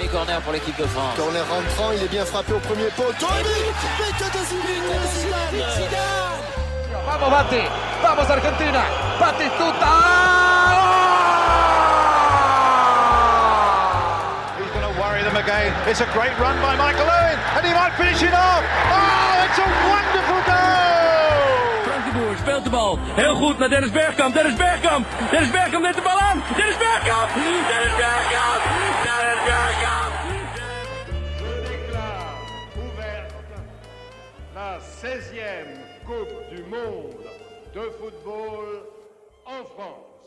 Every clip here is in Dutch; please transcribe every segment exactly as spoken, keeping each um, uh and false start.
Semi-corner pour l'équipe de France. Corner rentrant, il est bien frappé au premier poteau. Mais que de Zidane! Vamos Batti, vamos Argentina, Batistuta! He's going to worry them again. It's a great run by Michael Owen and he might finish it off. Oh, it's a wonderful goal! Frankie de Boer speelt de bal. Heel goed naar Dennis Bergkamp. Dennis Bergkamp. Dennis Bergkamp neemt de bal aan. Dennis Bergkamp. Dennis Bergkamp. Dennis Bergkamp. Je déclare ouverte la seizième Coupe du Monde de football en France.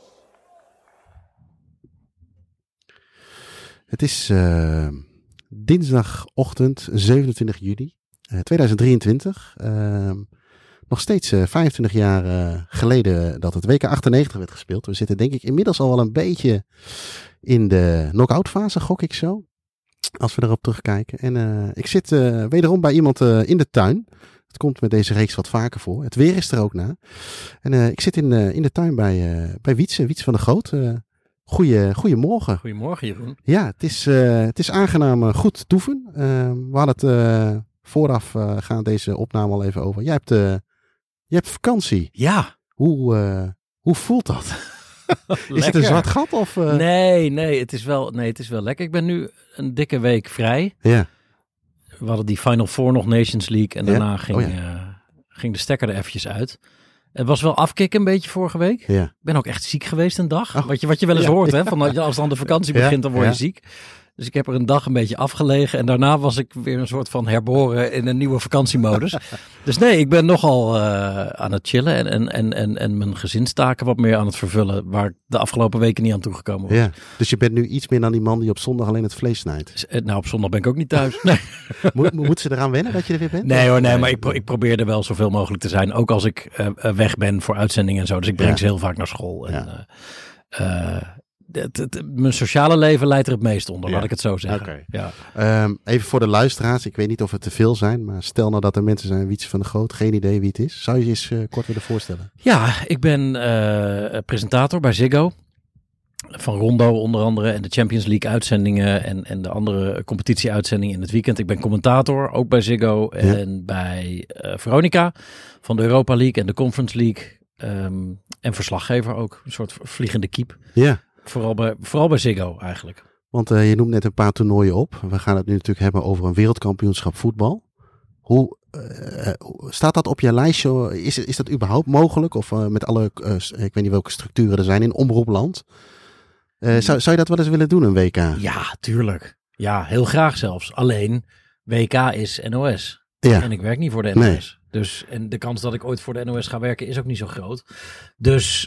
Het is uh, dinsdagochtend zevenentwintig juli uh, tweeduizend drieëntwintig. Uh, nog steeds uh, vijfentwintig jaar uh, geleden dat het W K achtennegentig werd gespeeld. We zitten denk ik inmiddels al wel een beetje in de knock-out fase, gok ik zo. Als we erop terugkijken. En uh, ik zit uh, wederom bij iemand uh, in de tuin. Het komt met deze reeks wat vaker voor. Het weer is er ook na. En uh, ik zit in, uh, in de tuin bij, uh, bij Wietse, Wietse van der Goot. Uh, Goeie, goedemorgen. Goedemorgen, Jeroen. Ja, het is, uh, het is aangenaam uh, goed toeven. Uh, we hadden het uh, vooraf uh, gaan deze opname al even over. Jij hebt, uh, jij hebt vakantie. Ja. Hoe, uh, hoe voelt dat? Is het een zwart gat? Of, uh... Nee, nee het, is wel, nee, het is wel lekker. Ik ben nu een dikke week vrij. Ja. We hadden die Final Four nog Nations League. En daarna ja? ging, oh, ja. uh, ging de stekker er eventjes uit. Het was wel afkicken een beetje vorige week. Ja. Ik ben ook echt ziek geweest een dag. Oh. Wat, je, wat je wel eens ja. hoort, hè? Van, als dan de vakantie begint, dan word je ja. ziek. Dus ik heb er een dag een beetje afgelegen. En daarna was ik weer een soort van herboren in een nieuwe vakantiemodus. Dus nee, ik ben nogal uh, aan het chillen. En, en, en, en, en mijn gezinstaken wat meer aan het vervullen. Waar ik de afgelopen weken niet aan toegekomen was. Ja. Dus je bent nu iets meer dan die man die op zondag alleen het vlees snijdt. Nou, op zondag ben ik ook niet thuis. Nee. Moet, moet ze eraan wennen dat je er weer bent? Nee hoor, nee, maar ik, pro- ik probeer er wel zoveel mogelijk te zijn. Ook als ik uh, weg ben voor uitzendingen en zo. Dus ik breng ja. ze heel vaak naar school. En, ja. uh, uh, Het, het, mijn sociale leven leidt er het meest onder, ja. laat ik het zo zeggen. Okay. Ja. Um, even voor de luisteraars, ik weet niet of het te veel zijn, maar stel nou dat er mensen zijn, Wietse van der Goot, geen idee wie het is. Zou je je eens uh, kort willen voorstellen? Ja, ik ben uh, presentator bij Ziggo. Van Rondo onder andere en de Champions League uitzendingen en, en de andere competitie-uitzendingen in het weekend. Ik ben commentator, ook bij Ziggo en ja. bij uh, Veronica van de Europa League en de Conference League. Um, en verslaggever ook, een soort vliegende kiep. Ja. Vooral bij, vooral bij Ziggo eigenlijk. Want uh, je noemt net een paar toernooien op. We gaan het nu natuurlijk hebben over een wereldkampioenschap voetbal. Hoe uh, staat dat op je lijstje? Is, is dat überhaupt mogelijk? Of uh, met alle, uh, ik weet niet welke structuren er zijn in omroepland. Uh, zou, zou je dat wel eens willen doen, een W K? Ja, tuurlijk. Ja, heel graag zelfs. Alleen, W K is N O S. Ja. En ik werk niet voor de N O S. Nee. Dus, en de kans dat ik ooit voor de N O S ga werken is ook niet zo groot. Dus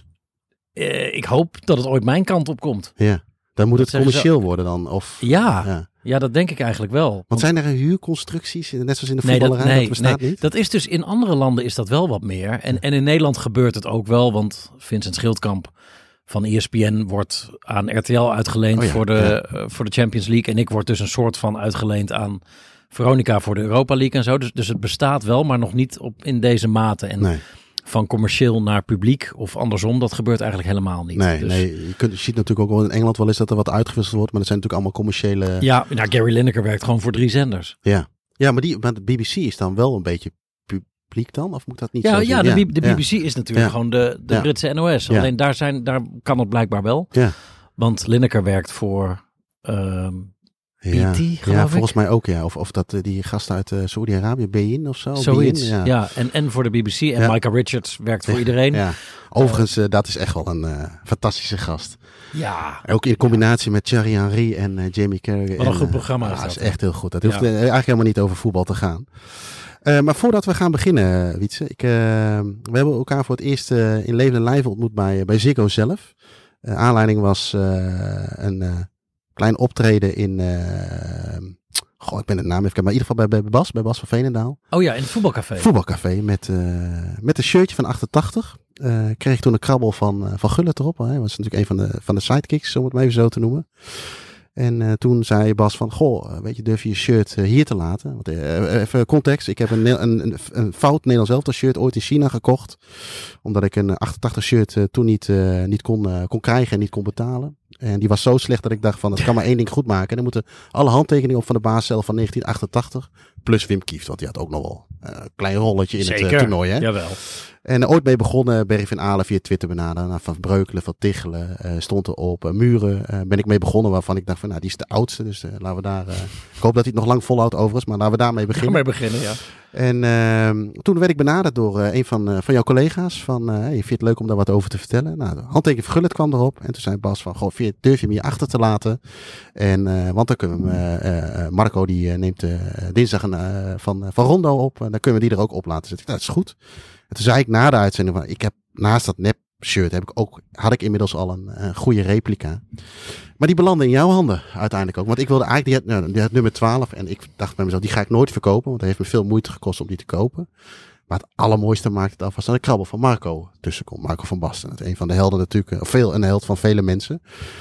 eh, ik hoop dat het ooit mijn kant op komt. Ja, dan moet dat het commercieel worden dan? Of, ja, ja, ja, dat denk ik eigenlijk wel. Want, Want zijn er huurconstructies, net zoals in de nee, voetballerij, dat, nee, dat bestaat nee, niet? Dat is dus in andere landen is dat wel wat meer. En, en in Nederland gebeurt het ook wel, want Vincent Schildkamp van E S P N wordt aan R T L uitgeleend oh ja, voor, de, ja. uh, voor de Champions League. En ik word dus een soort van uitgeleend aan Veronica voor de Europa League en zo. Dus, dus het bestaat wel, maar nog niet op, in deze mate. En nee. van commercieel naar publiek of andersom, dat gebeurt eigenlijk helemaal niet. Nee, dus... nee je, kunt, je ziet natuurlijk ook wel in Engeland wel eens dat er wat uitgewisseld wordt. Maar dat zijn natuurlijk allemaal commerciële... Ja, nou, Gary Lineker werkt gewoon voor drie zenders. Ja, ja maar, die, maar de B B C is dan wel een beetje publiek dan? Of moet dat niet ja, zo ja, zijn? de, Ja, B- de B B C ja. is natuurlijk ja. gewoon de, de ja. Britse N O S. Alleen ja. daar, zijn, daar kan het blijkbaar wel. Ja. Want Lineker werkt voor um, ja. B T, geloof ja, ik. volgens mij ook, ja. Of, of dat die gasten uit uh, Saudi-Arabië, Bein of zo. Zoiets, Bein, ja. ja. En, en voor de B B C. En ja. Micah Richards werkt voor iedereen. Ja. Overigens, uh, dat is echt wel een uh, fantastische gast. Ja. Ook in combinatie met Thierry Henry en uh, Jamie Carragher. Wat een en, goed programma uh, is dat. Dat is echt heel goed. Dat hoeft ja. uh, eigenlijk helemaal niet over voetbal te gaan. Uh, maar voordat we gaan beginnen, Wietse. Ik, uh, we hebben elkaar voor het eerst uh, in leven en lijve ontmoet bij, bij Ziggo zelf. Uh, aanleiding was uh, een uh, klein optreden in... Uh, goh, ik ben het naam even... Maar in ieder geval bij, bij Bas, bij Bas van Veenendaal. Oh ja, in het voetbalcafé. Voetbalcafé met, uh, met een shirtje van achtentachtig. Uh, kreeg ik toen een krabbel van, uh, van Gullit erop. Hij was natuurlijk een van de, van de sidekicks, om het maar even zo te noemen. En uh, toen zei Bas van, goh, weet je, durf je je shirt uh, hier te laten? Want, uh, even context, ik heb een, een, een, een fout Nederlands elftal shirt ooit in China gekocht. Omdat ik een achtentachtig shirt uh, toen niet, uh, niet kon, uh, kon krijgen en niet kon betalen. En die was zo slecht dat ik dacht van, dat kan maar één ding goed maken. En dan moeten alle handtekeningen op van de baas zelf van negentien achtentachtig. Plus Wim Kieft, want die had ook nog wel uh, een klein rolletje in Zeker. het uh, toernooi. Hè? Jawel. En uh, ooit mee begonnen, Berry van Aalen via Twitter benaderen. Nou, van Breukelen, van Tichelen uh, stond er op. Uh, Muren uh, ben ik mee begonnen, waarvan ik dacht van, nou, die is de oudste. Dus uh, laten we daar, uh, ik hoop dat hij het nog lang volhoudt overigens, maar laten we daarmee beginnen. Mee beginnen, ja. En uh, toen werd ik benaderd door uh, een van, uh, van jouw collega's. Van, uh, hey, vind je het leuk om daar wat over te vertellen? Nou, de handteken van Gullit kwam erop. En toen zei Bas van, goh, vind je, durf je hem hier achter te laten? En, uh, want dan kunnen we uh, uh, Marco die uh, neemt uh, dinsdag een, uh, van, uh, van Rondo op. En dan kunnen we die er ook op laten zetten. Nou, dat is goed. En toen zei ik na de uitzending van, ik heb naast dat nep shirt heb ik ook, had ik inmiddels al een, een goede replica. Maar die belandde in jouw handen uiteindelijk ook. Want ik wilde eigenlijk, die had, nou, die had nummer twaalf. En ik dacht bij mezelf, die ga ik nooit verkopen. Want het heeft me veel moeite gekost om die te kopen. Maar het allermooiste maakte het af was dat een krabbel van Marco tussen komt. Marco van Basten. Een van de helden natuurlijk. Of veel, een held van vele mensen.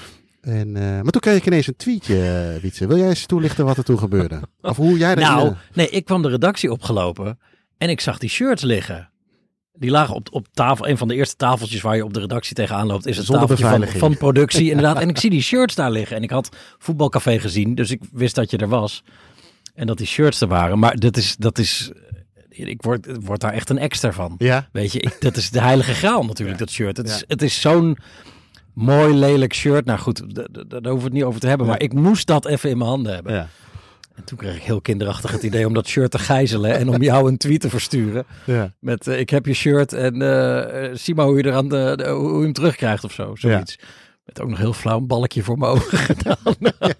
En, uh, maar toen kreeg ik ineens een tweetje, uh, Wietse. Wil jij eens toelichten wat er toen gebeurde? Of hoe jij dat... Nou, uh... nee, ik kwam de redactie opgelopen. En ik zag die shirts liggen. Die lagen op, op tafel. Een van de eerste tafeltjes waar je op de redactie tegenaan loopt. Is het tafeltje van, van productie inderdaad. En ik zie die shirts daar liggen. En ik had Voetbalcafé gezien. Dus ik wist dat je er was. En dat die shirts er waren. Maar dat is... Dat is ik word, word daar echt een extra van. Ja. Weet je, ik, dat is de heilige graal natuurlijk, ja. Dat shirt. Het, ja. is, het is zo'n mooi, lelijk shirt. Nou goed, daar hoeven we het niet over te hebben. Ja. Maar ik moest dat even in mijn handen hebben. Ja. En toen kreeg ik heel kinderachtig het idee om dat shirt te gijzelen en om jou een tweet te versturen. Ja. Met uh, ik heb je shirt en uh, zie maar hoe je, er aan de, de, hoe je hem terugkrijgt of zo. Zoiets. Ja. Met ook nog heel flauw een balkje voor mijn ogen gedaan.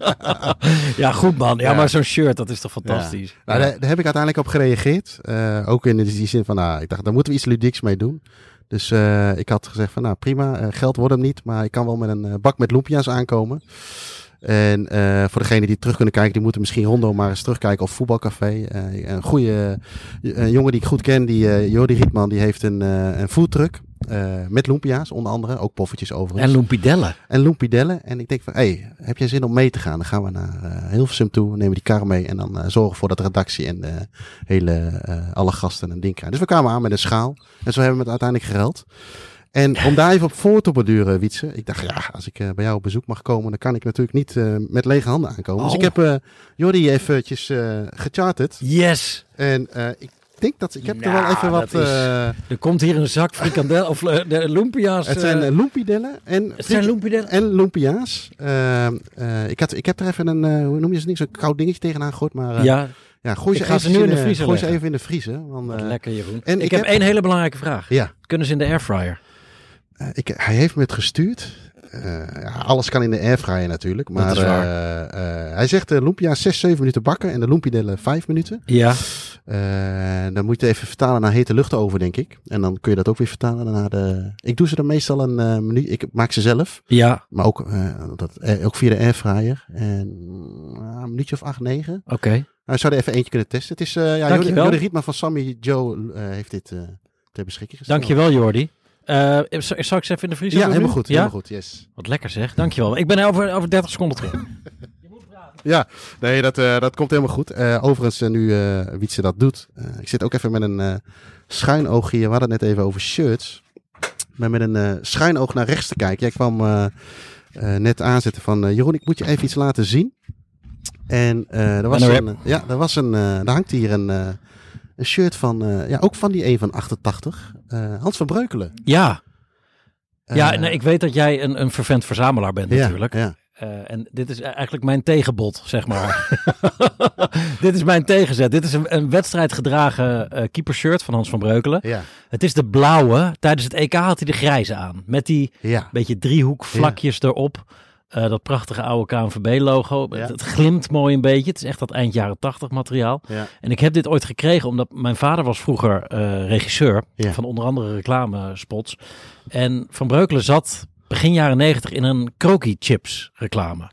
Ja. Ja, goed man. Ja, ja, maar zo'n shirt, dat is toch fantastisch. Ja. Nou, ja. daar, daar heb ik uiteindelijk op gereageerd. Uh, ook in die zin van, nou, ik dacht, daar moeten we iets ludieks mee doen. Dus uh, ik had gezegd van, nou prima, uh, geld wordt hem niet, maar ik kan wel met een uh, bak met lumpia's aankomen. En uh, voor degenen die terug kunnen kijken, die moeten misschien Rondo maar eens terugkijken op Voetbalcafé. Uh, een goede uh, een jongen die ik goed ken, die uh, Jordi Rietman, die heeft een, uh, een foodtruck uh, met lumpia's, onder andere. Ook poffertjes overigens. En lumpidellen. En lumpidellen. En ik denk van, hé, hey, heb jij zin om mee te gaan? Dan gaan we naar uh, Hilversum toe, nemen die kar mee en dan uh, zorgen voor dat de redactie en de hele, uh, alle gasten een ding krijgen. Dus we kwamen aan met een schaal. En zo hebben we het uiteindelijk geruild. En om daar even op voor te borduren, Wietse. Ik dacht, ja, als ik uh, bij jou op bezoek mag komen, dan kan ik natuurlijk niet uh, met lege handen aankomen. Oh. Dus ik heb uh, Jordi eventjes uh, gecharterd. Yes! En uh, ik denk dat, ik heb nou, er wel even wat... Uh, is, er komt hier een zak frikandel, of uh, de lumpia's. Het zijn uh, lumpidellen en... Het zijn lumpidellen? En lumpia's. Uh, uh, ik, had, ik heb er even een, uh, hoe noem je ze niet, zo'n koud dingetje tegenaan gegooid, maar... Uh, ja. Ja, gooi ze, ik ga ze nu in de vriezer Gooi ze even in de vriezer. Want, uh, lekker, Jeroen. En ik, ik heb één hele belangrijke vraag. Ja. Kunnen ze in de airfryer? Uh, ik, hij heeft me het gestuurd. Uh, ja, alles kan in de airfryer natuurlijk. Maar uh, uh, hij zegt de lumpia zes, zeven minuten bakken en de lumpidellen vijf minuten. Ja. Uh, dan moet je even vertalen naar hete lucht over, denk ik. En dan kun je dat ook weer vertalen naar de... Ik doe ze er meestal een uh, minuut. Ik maak ze zelf. Ja. Maar ook, uh, dat, uh, ook via de airfryer. En uh, een minuutje of acht, negen. Oké. Okay. Nou, zou er even eentje kunnen testen. Het is uh, ja, Jordi, Jordi Rietman van Sammy Joe uh, heeft dit uh, ter beschikking gesteld. Dankjewel, Jordi. Uh, zal ik ze even in de vriezer Ja, doen helemaal nu? goed. Ja? Helemaal goed, yes. Wat lekker zeg. Dankjewel. Ik ben over, over dertig seconden terug. Je moet praten. Ja, nee, dat, uh, dat komt helemaal goed. Uh, overigens, uh, nu uh, Wietse dat doet. Uh, ik zit ook even met een uh, schuin oog hier. We hadden het net even over shirts. Maar met een uh, schuin oog naar rechts te kijken. Jij kwam uh, uh, net aanzetten van... Uh, Jeroen, ik moet je even iets laten zien. En uh, er was een... Uh, ja, er was een... Uh, daar hangt hier een... Uh, Een shirt van, uh, ja, ook van die een van achtentachtig. Uh, Hans van Breukelen. Ja. Ja, uh, nee, ik weet dat jij een, een vervent verzamelaar bent ja, natuurlijk. Ja. Uh, en dit is eigenlijk mijn tegenbod, zeg maar. Dit is mijn tegenzet. Dit is een, een wedstrijdgedragen uh, keepershirt van Hans van Breukelen. Ja. Het is de blauwe. Tijdens het E K had hij de grijze aan. Met die ja. beetje driehoekvlakjes ja. erop. Uh, dat prachtige oude K N V B-logo. Ja. Het, het glimt mooi een beetje. Het is echt dat eind jaren tachtig materiaal. Ja. En ik heb dit ooit gekregen omdat mijn vader was vroeger uh, regisseur ja. van onder andere reclamespots. En Van Breukelen zat begin jaren negentig in een Croaky Chips reclame.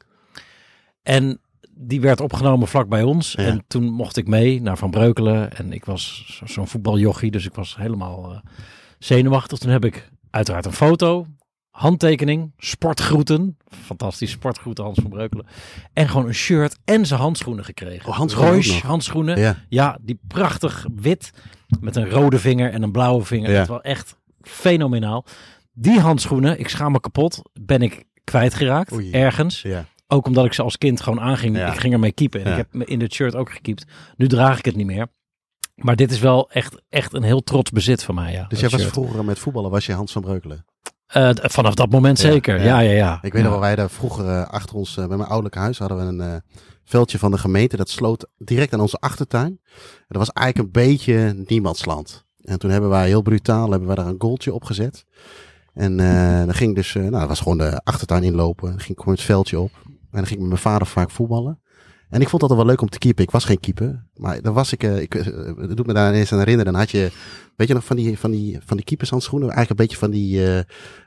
En die werd opgenomen vlak bij ons. Ja. En toen mocht ik mee naar Van Breukelen. En ik was zo, zo'n voetbaljochie, dus ik was helemaal uh, zenuwachtig. Toen heb ik uiteraard een foto handtekening, sportgroeten. Fantastisch, sportgroeten Hans van Breukelen. En gewoon een shirt en zijn handschoenen gekregen. Oh, handschoenen Royce handschoenen. Ja. ja, die prachtig wit met een rode vinger en een blauwe vinger. Ja. Dat was echt fenomenaal. Die handschoenen, ik schaam me kapot, ben ik kwijtgeraakt Oei. ergens. Ja. Ook omdat ik ze als kind gewoon aanging. Ja. Ik ging ermee keepen. En ja. ik heb me in dit shirt ook gekiept. Nu draag ik het niet meer. Maar dit is wel echt, echt een heel trots bezit van mij. Ja, dus jij was shirt. Vroeger met voetballen, was je Hans van Breukelen? Uh, vanaf dat moment ja, zeker. Ja, ja, ja. ja. Ik weet nog wel, wij daar vroeger uh, achter ons, uh, bij mijn ouderlijk huis, hadden we een uh, veldje van de gemeente. Dat sloot direct aan onze achtertuin. En dat was eigenlijk een beetje niemandsland. En toen hebben wij heel brutaal, hebben wij daar een goaltje op gezet. En uh, dan ging dus, uh, nou, dat was gewoon de achtertuin inlopen. Dan ging ik gewoon het veldje op. En dan ging ik met mijn vader vaak voetballen. En ik vond dat wel leuk om te keepen. Ik was geen keeper. Maar dan was ik, uh, ik uh, dat doet me daar ineens aan herinneren. Dan had je, weet je nog, van die, van die, van die keepershandschoenen. Eigenlijk een beetje van die uh,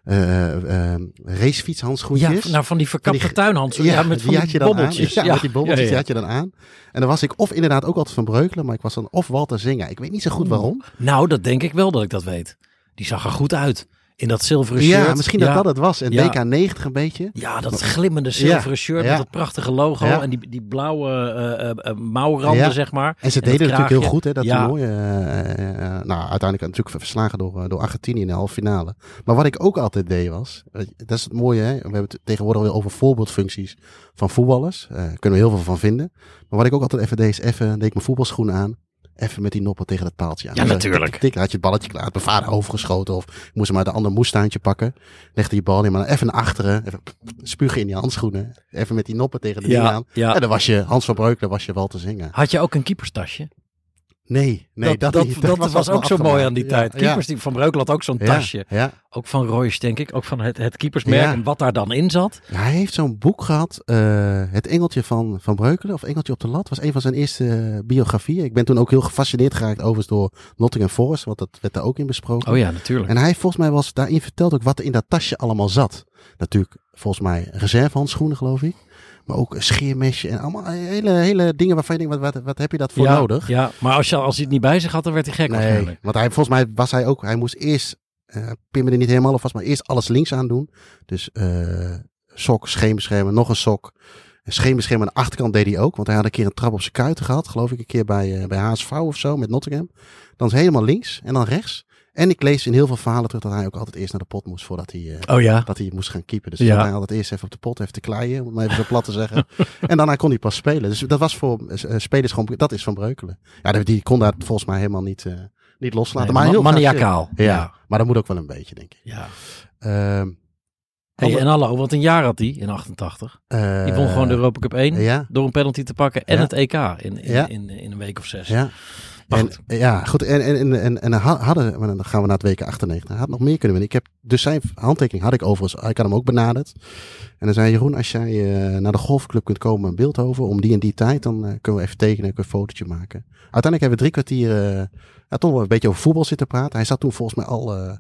uh, uh, racefietshandschoentjes. Ja, nou van die verkapte van die, tuinhandschoenen. Ja, ja, met die, van die, die bobbeltjes. Ja, ja, met die bobbeltjes, ja, ja, ja. die had je dan aan. En dan was ik of inderdaad ook altijd van Breukelen. Maar ik was dan of Walter Zinga. Ik weet niet zo goed waarom. Nou, dat denk ik wel dat ik dat weet. Die zag er goed uit. In dat zilveren shirt. Ja, misschien dat ja. dat het was. En ja. D K negentig een beetje. Ja, dat glimmende zilveren ja. shirt ja. met dat prachtige logo. Ja. En die, die blauwe uh, uh, mouwranden, ja. zeg maar. En ze en deden natuurlijk heel goed, hè, dat ja. toernooi. Uh, uh, uh, nou, uiteindelijk natuurlijk verslagen door, uh, door Argentinië in de halve finale. Maar wat ik ook altijd deed was, uh, dat is het mooie, hè. We hebben het tegenwoordig weer over voorbeeldfuncties van voetballers. Daar uh, kunnen we heel veel van vinden. Maar wat ik ook altijd even deed, is even deed ik mijn voetbalschoenen aan. Even met die noppen tegen het paaltje aan. Ja, dus natuurlijk. Tik, tik, had je het balletje klaar. Had mijn vader overgeschoten. Of ik moest hem uit een ander moestuintje pakken. Legde die bal in. Maar dan even naar achteren. Even spugen in die handschoenen. Even met die noppen tegen de ja, dingen aan. Ja. En dan was je Hans van Breukelen. Was je Walter Zinga. Had je ook een keeperstasje? Nee, nee, dat, dat, dat, dat, dat was, was ook zo mooi aan die ja, tijd. Keepers ja. die van Breukelen had ook zo'n tasje. Ja, ja. Ook van Royce, denk ik. Ook van het, het keepersmerk ja. en wat daar dan in zat. Ja, hij heeft zo'n boek gehad. Uh, het Engeltje van, van Breukelen, of Engeltje op de lat, was een van zijn eerste uh, biografieën. Ik ben toen ook heel gefascineerd geraakt overigens door Nottingham Forest, want dat werd daar ook in besproken. Oh ja, natuurlijk. En hij volgens mij was daarin verteld ook wat er in dat tasje allemaal zat. Natuurlijk, volgens mij reservehandschoenen, geloof ik. Maar ook een scheermesje en allemaal hele, hele dingen waarvan je denkt, wat, wat, wat heb je dat voor ja, nodig? Ja, maar als, je, als hij het niet bij zich had, dan werd hij gek nee, waarschijnlijk. Want hij, volgens mij was hij ook, hij moest eerst, uh, pin me er niet helemaal op vast, maar eerst alles links aan doen. Dus uh, sok, scheenbeschermer, nog een sok. Een scheenbeschermer aan de achterkant deed hij ook, want hij had een keer een trap op zijn kuiten gehad, geloof ik, een keer bij, uh, bij H S V of zo, met Nottingham. Dan is helemaal links en dan rechts. En ik lees in heel veel verhalen terug dat hij ook altijd eerst naar de pot moest voordat hij, uh, oh ja? dat hij moest gaan keepen. Dus ja. dat hij altijd eerst even op de pot heeft te kleien, om het maar even zo plat te zeggen. En daarna kon hij pas spelen. Dus dat was voor uh, spelers gewoon, dat is Van Breukelen. Ja, die kon daar volgens mij helemaal niet, uh, niet loslaten. Nee, maar heel maniacaal. Ja, ja, maar dat moet ook wel een beetje, denk ik. Ja. Uh, Hey, en hallo, wat een jaar had hij in achtentachtig. Uh, die won gewoon de Europa Cup één ja. door een penalty te pakken en ja. het E K in, in, ja. in, in, in een week of zes. Ja. En, goed. Ja, goed. En, en, en, en hadden, dan gaan we naar het W K achtennegentig. Hij had nog meer kunnen winnen. Ik heb, dus zijn handtekening had ik overigens. Ik had hem ook benaderd. En dan zei Jeroen, als jij uh, naar de golfclub kunt komen in Beeldhoven om die en die tijd, dan uh, kunnen we even tekenen, kunnen we een fotootje maken. Uiteindelijk hebben we drie kwartier uh, ja, toch wel een beetje over voetbal zitten praten. Hij zat toen volgens mij al uh,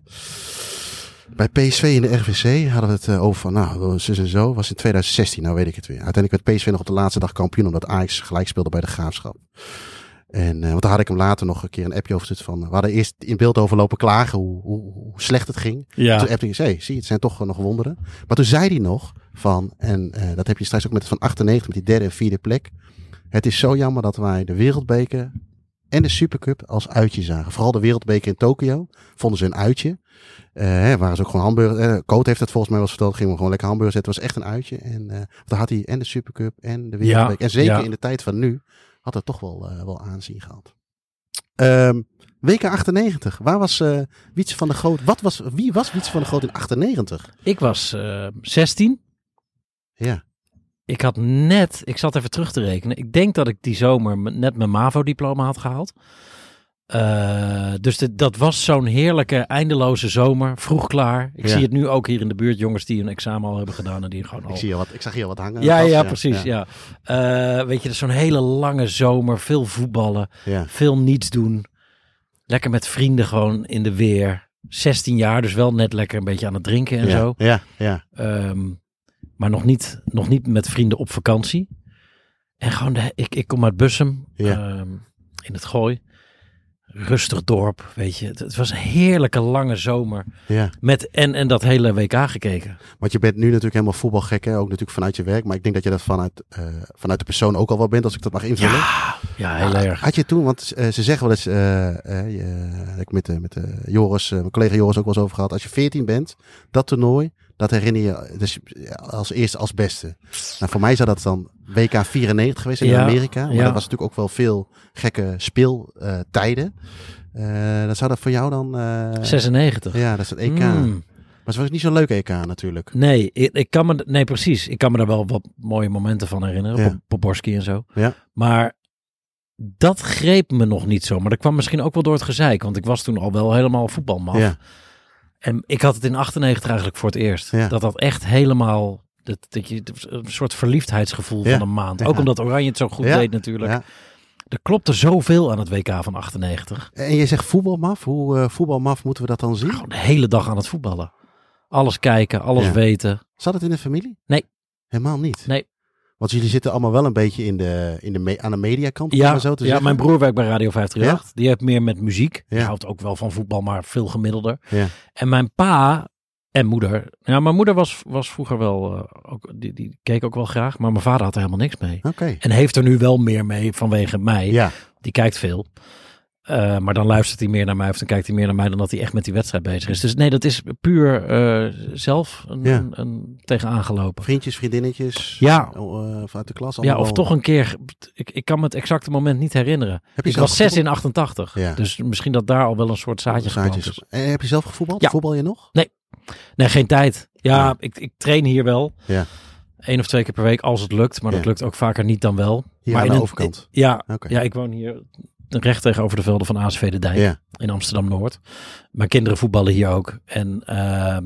bij P S V in de R V C. Hadden we het uh, over van, nou, zus en zo. Was in twintig zestien, nou weet ik het weer. Uiteindelijk werd P S V nog op de laatste dag kampioen, omdat Ajax gelijk speelde bij de Graafschap. En uh, want daar had ik hem later nog een keer een appje over van. We hadden eerst in Beeldhoven lopen klagen hoe, hoe, hoe slecht het ging. Ja. Toen appte ik, hey, zie je, het zijn toch nog wonderen. Maar toen zei hij nog van, en uh, dat heb je straks ook met van achtennegentig, met die derde en vierde plek. Het is zo jammer dat wij de Wereldbeker en de Supercup als uitje zagen. Vooral de Wereldbeker in Tokio vonden ze een uitje. Uh, hè, waren ze ook gewoon hamburger. Uh, Coot heeft het volgens mij wel verteld. Gingen we gewoon lekker hamburgers eten. Het was echt een uitje. En uh, daar had hij en de Supercup en de Wereldbeker. Ja, en zeker ja. in de tijd van nu had het toch wel, uh, wel aanzien gehad. Um, W K achtennegentig. Waar was uh, Wietse van der Groot? Wat was, wie was Wietse van der Groot in achtennegentig? Ik was uh, zestien. Ja. Ik had net, ik zat even terug te rekenen. Ik denk dat ik die zomer net mijn MAVO-diploma had gehaald. Uh, dus de, dat was zo'n heerlijke, eindeloze zomer. Vroeg klaar. Ik ja. zie het nu ook hier in de buurt. Jongens die een examen al hebben gedaan. En die gewoon al... ik, zie wat, ik zag hier wat hangen. Ja, ja, ja, precies. Ja. Ja. Uh, weet je, zo'n hele lange zomer. Veel voetballen. Ja. Veel niets doen. Lekker met vrienden gewoon in de weer. zestien jaar, dus wel net lekker een beetje aan het drinken en ja. zo. Ja, ja. Um, maar nog niet, nog niet met vrienden op vakantie. En gewoon, de, ik, ik kom uit Bussum. Ja. Um, in het Gooi. rustig dorp, weet je. Het, het was een heerlijke lange zomer. Ja. Met en, en dat hele W K gekeken. Want je bent nu natuurlijk helemaal voetbalgek, hè? Ook natuurlijk vanuit je werk. Maar ik denk dat je dat vanuit, uh, vanuit de persoon ook al wel bent, als ik dat mag invullen. Ja, ja heel uh, erg. Had je toen, want uh, ze zeggen wel eens, uh, uh, uh, ik met, uh, met uh, Joris, uh, mijn collega Joris ook wel eens over gehad. Als je veertien bent, dat toernooi, dat herinner je dus als eerste als beste. Nou, voor mij zou dat dan W K vierennegentig geweest in ja, Amerika. Maar ja. dat was natuurlijk ook wel veel gekke speeltijden. Uh, uh, dat zou dat voor jou dan... Uh, zesennegentig. Ja, dat is het E K. Mm. Maar het was niet zo'n leuk E K natuurlijk. Nee, ik, ik kan me, nee, precies. Ik kan me daar wel wat mooie momenten van herinneren. Ja. Poborski en zo. Ja. Maar dat greep me nog niet zo. Maar dat kwam misschien ook wel door het gezeik. Want ik was toen al wel helemaal voetbalmaf. Ja. En ik had het in achtennegentig eigenlijk voor het eerst. Ja. Dat dat echt helemaal... Dat, dat je, een soort verliefdheidsgevoel ja. van een maand. Ook ja. omdat Oranje het zo goed ja. deed natuurlijk. Ja. Er klopte zoveel aan het W K van achtennegentig. En je zegt voetbalmaf. Hoe uh, voetbalmaf moeten we dat dan zien? Gewoon de hele dag aan het voetballen. Alles kijken, alles ja. weten. Zat het in de familie? Nee. Helemaal niet? Nee. Want jullie zitten allemaal wel een beetje in de, in de me- aan de mediakant. Ja, maar zo te ja zeggen. Mijn broer werkt bij Radio vijf drie acht. Ja? Die heeft meer met muziek. Ja. Die houdt ook wel van voetbal, maar veel gemiddelder. Ja. En mijn pa en moeder. Ja, mijn moeder was, was vroeger wel, uh, ook, die, die keek ook wel graag. Maar mijn vader had er helemaal niks mee. Okay. En heeft er nu wel meer mee vanwege mij. Ja. Die kijkt veel. Uh, maar dan luistert hij meer naar mij of dan kijkt hij meer naar mij dan dat hij echt met die wedstrijd bezig is. Dus nee, dat is puur uh, zelf een, ja. een, een tegenaan gelopen. Vriendjes, vriendinnetjes? Ja. Uh, uit de klas? Ja, of toch een keer, ik, ik kan me het exacte moment niet herinneren. Heb je ik was zes in achtentachtig. Ja. Dus misschien dat daar al wel een soort zaadje geplant is. En heb je zelf gevoetbald? Ja. Voetbal je nog? Nee, nee geen tijd. Ja, ja. Ik, ik train hier wel. Ja. Eén of twee keer per week als het lukt. Maar ja. dat lukt ook vaker niet dan wel. Hier maar aan de in overkant? Een, ja, okay. ja, ik woon hier recht tegenover de velden van A S V de Dijk ja. in Amsterdam-Noord. Mijn kinderen voetballen hier ook. En uh,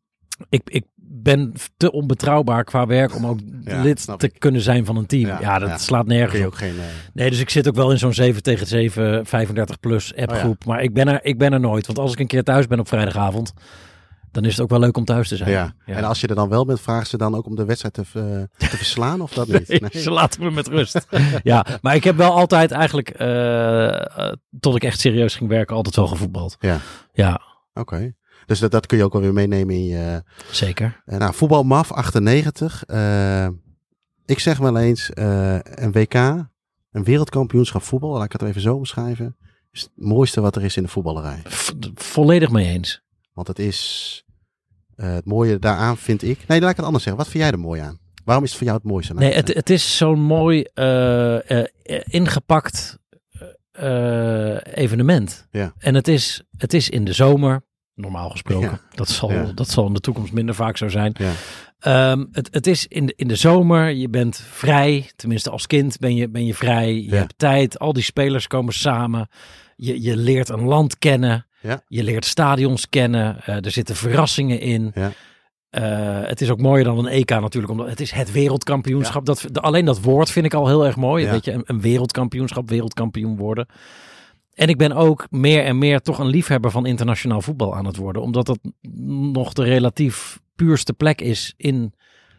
ik, ik ben te onbetrouwbaar qua werk om ook ja, lid te ik. kunnen zijn van een team. Ja, ja dat ja. slaat nergens op. Geen, uh... Nee, dus ik zit ook wel in zo'n zeven tegen zeven, vijfendertig plus appgroep. Oh, ja. Maar ik ben, er, ik ben er nooit. Want als ik een keer thuis ben op vrijdagavond, dan is het ook wel leuk om thuis te zijn. Ja. Ja. En als je er dan wel bent, vragen ze dan ook om de wedstrijd te, uh, te verslaan of dat niet? Nee, nee, ze laten me met rust. Ja, maar ik heb wel altijd eigenlijk, uh, uh, tot ik echt serieus ging werken, altijd wel gevoetbald. Ja. Ja. Oké. Okay. Dus dat, dat kun je ook wel weer meenemen in je... Zeker. Uh, nou, voetbalmaf, achtennegentig. Uh, ik zeg wel eens, uh, een W K, een wereldkampioenschap voetbal, laat ik het even zo omschrijven, is het mooiste wat er is in de voetballerij. V- volledig mee eens. Want het is uh, het mooie daaraan vind ik... Nee, laat ik het anders zeggen. Wat vind jij er mooi aan? Waarom is het voor jou het mooiste? Nee, het, het is zo'n mooi uh, uh, ingepakt uh, evenement. Ja. En het is, het is in de zomer, normaal gesproken. Ja. Dat, zal, ja. dat zal in de toekomst minder vaak zo zijn. Ja. Um, het, het is in de, in de zomer, je bent vrij. Tenminste, als kind ben je, ben je vrij. Je ja. hebt tijd. Al die spelers komen samen. Je, je leert een land kennen. Ja. Je leert stadions kennen. Uh, er zitten verrassingen in. Ja. Uh, het is ook mooier dan een E K natuurlijk. Omdat het is het wereldkampioenschap. Ja. Dat, de, alleen dat woord vind ik al heel erg mooi. Ja. Weet je, een, een wereldkampioenschap, wereldkampioen worden. En ik ben ook meer en meer toch een liefhebber van internationaal voetbal aan het worden. Omdat dat nog de relatief puurste plek is in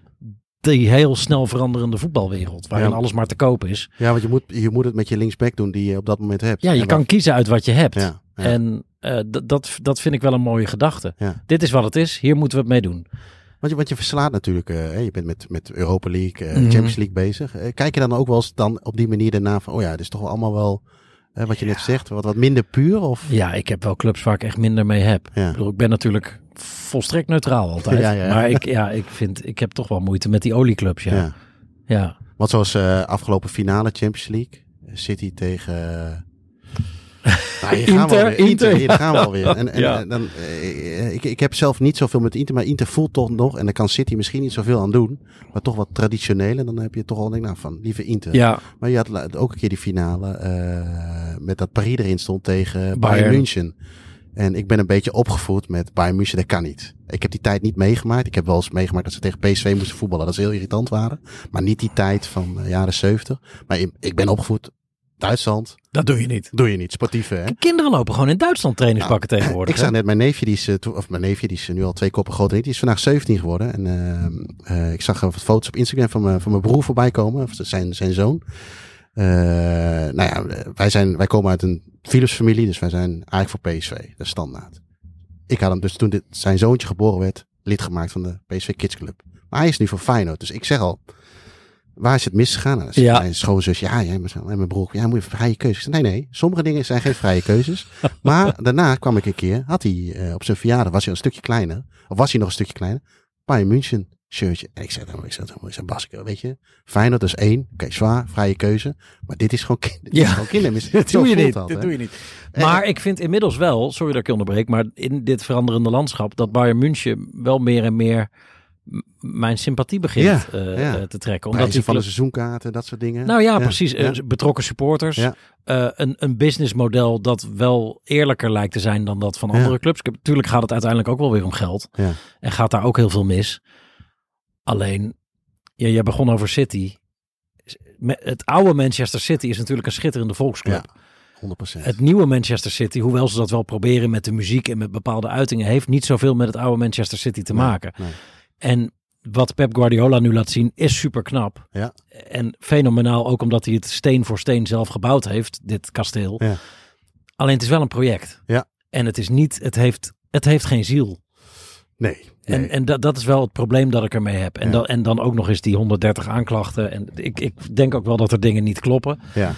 die heel snel veranderende voetbalwereld. Waarin ja. alles maar te koop is. Ja, want je moet, je moet het met je linksback doen die je op dat moment hebt. Ja, je en kan wat... kiezen uit wat je hebt. Ja, ja. En uh, d- dat, dat vind ik wel een mooie gedachte. Ja. Dit is wat het is. Hier moeten we het mee doen. Want je, want je verslaat natuurlijk. Uh, je bent met, met Europa League, uh, mm-hmm. Champions League bezig. Uh, kijk je dan ook wel eens dan op die manier daarna van... Oh ja, dit is toch wel allemaal wel... Uh, wat je ja. net zegt, wat, wat minder puur? Of? Ja, ik heb wel clubs waar ik echt minder mee heb. Ja. Ik bedoel, ik ben natuurlijk volstrekt neutraal altijd. Ja, ja, ja. Maar ik, ja, ik, vind, ik heb toch wel moeite met die olieclubs, ja. ja. ja. Want zoals uh, afgelopen finale Champions League. City tegen... Uh... Nou, hier gaan Inter, we alweer. Inter, Inter, hier gaan we alweer. En, en, ja. en dan, uh, ik, ik heb zelf niet zoveel met Inter, maar Inter voelt toch nog, en daar kan City misschien niet zoveel aan doen, maar toch wat traditioneel. En dan heb je toch al denk nou van, lieve Inter. Ja. Maar je had ook een keer die finale uh, met dat Paris erin stond tegen Bayern, Bayern München. En ik ben een beetje opgevoed met Bayern München, dat kan niet. Ik heb die tijd niet meegemaakt. Ik heb wel eens meegemaakt dat ze tegen P S V moesten voetballen, dat ze heel irritant waren. Maar niet die tijd van uh, jaren zeventig. Maar ik ben opgevoed Duitsland. Dat doe je niet. Doe je niet, sportieve hè. Kinderen lopen gewoon in Duitsland trainingspakken nou, tegenwoordig. Ik zag net mijn neefje, die is, of mijn neefje, die is nu al twee koppen groter. Die is vandaag zeventien geworden. En uh, uh, ik zag wat foto's op Instagram van mijn, van mijn broer voorbij komen. Zijn, zijn zoon. Uh, nou ja, wij, zijn, wij komen uit een Philips-familie, dus wij zijn eigenlijk voor P S V. Dat is standaard. Ik had hem dus toen dit, zijn zoontje geboren werd, lid gemaakt van de P S V Kids Club. Maar hij is nu voor Feyenoord. Dus ik zeg al, waar is het misgegaan? Nou, ja. Mijn schoonzus, ja, ja, en mijn broer, ja, moet je vrije keuzes. Nee, nee, sommige dingen zijn geen vrije keuzes. Maar daarna kwam ik een keer, had hij uh, op zijn verjaardag, was hij een stukje kleiner. Of was hij nog een stukje kleiner. Bayern München shirtje. En ik zei dan, ik zei dan, ik zei, Bas, weet je, Feyenoord is één. Oké, okay, zwaar, vrije keuze. Maar dit is gewoon, dit ja. is gewoon kindermis. Dat doe je niet, dat hè? doe je niet. Maar en, ik vind inmiddels wel, sorry dat ik je onderbreek, maar in dit veranderende landschap, dat Bayern München wel meer en meer mijn sympathie begint ja, uh, ja. te trekken. Omdat die van de seizoenkaarten, dat soort dingen. Nou ja, ja. precies. Ja. Betrokken supporters. Ja. Uh, een, een businessmodel dat wel eerlijker lijkt te zijn dan dat van andere ja. clubs. Natuurlijk gaat het uiteindelijk ook wel weer om geld. Ja. En gaat daar ook heel veel mis. Alleen, ja, jij begon over City. Het oude Manchester City is natuurlijk een schitterende volksclub. Ja. honderd procent. Het nieuwe Manchester City, hoewel ze dat wel proberen met de muziek en met bepaalde uitingen, heeft niet zoveel met het oude Manchester City te nee, maken. Nee. En wat Pep Guardiola nu laat zien is super knap. Ja. En fenomenaal ook omdat hij het steen voor steen zelf gebouwd heeft, dit kasteel. Ja. Alleen het is wel een project. Ja. En het is niet, het heeft, het heeft geen ziel. Nee. nee. En, en dat, dat is wel het probleem dat ik ermee heb. En, ja. dan, en dan ook nog eens die honderddertig aanklachten. En ik, ik denk ook wel dat er dingen niet kloppen. Ja.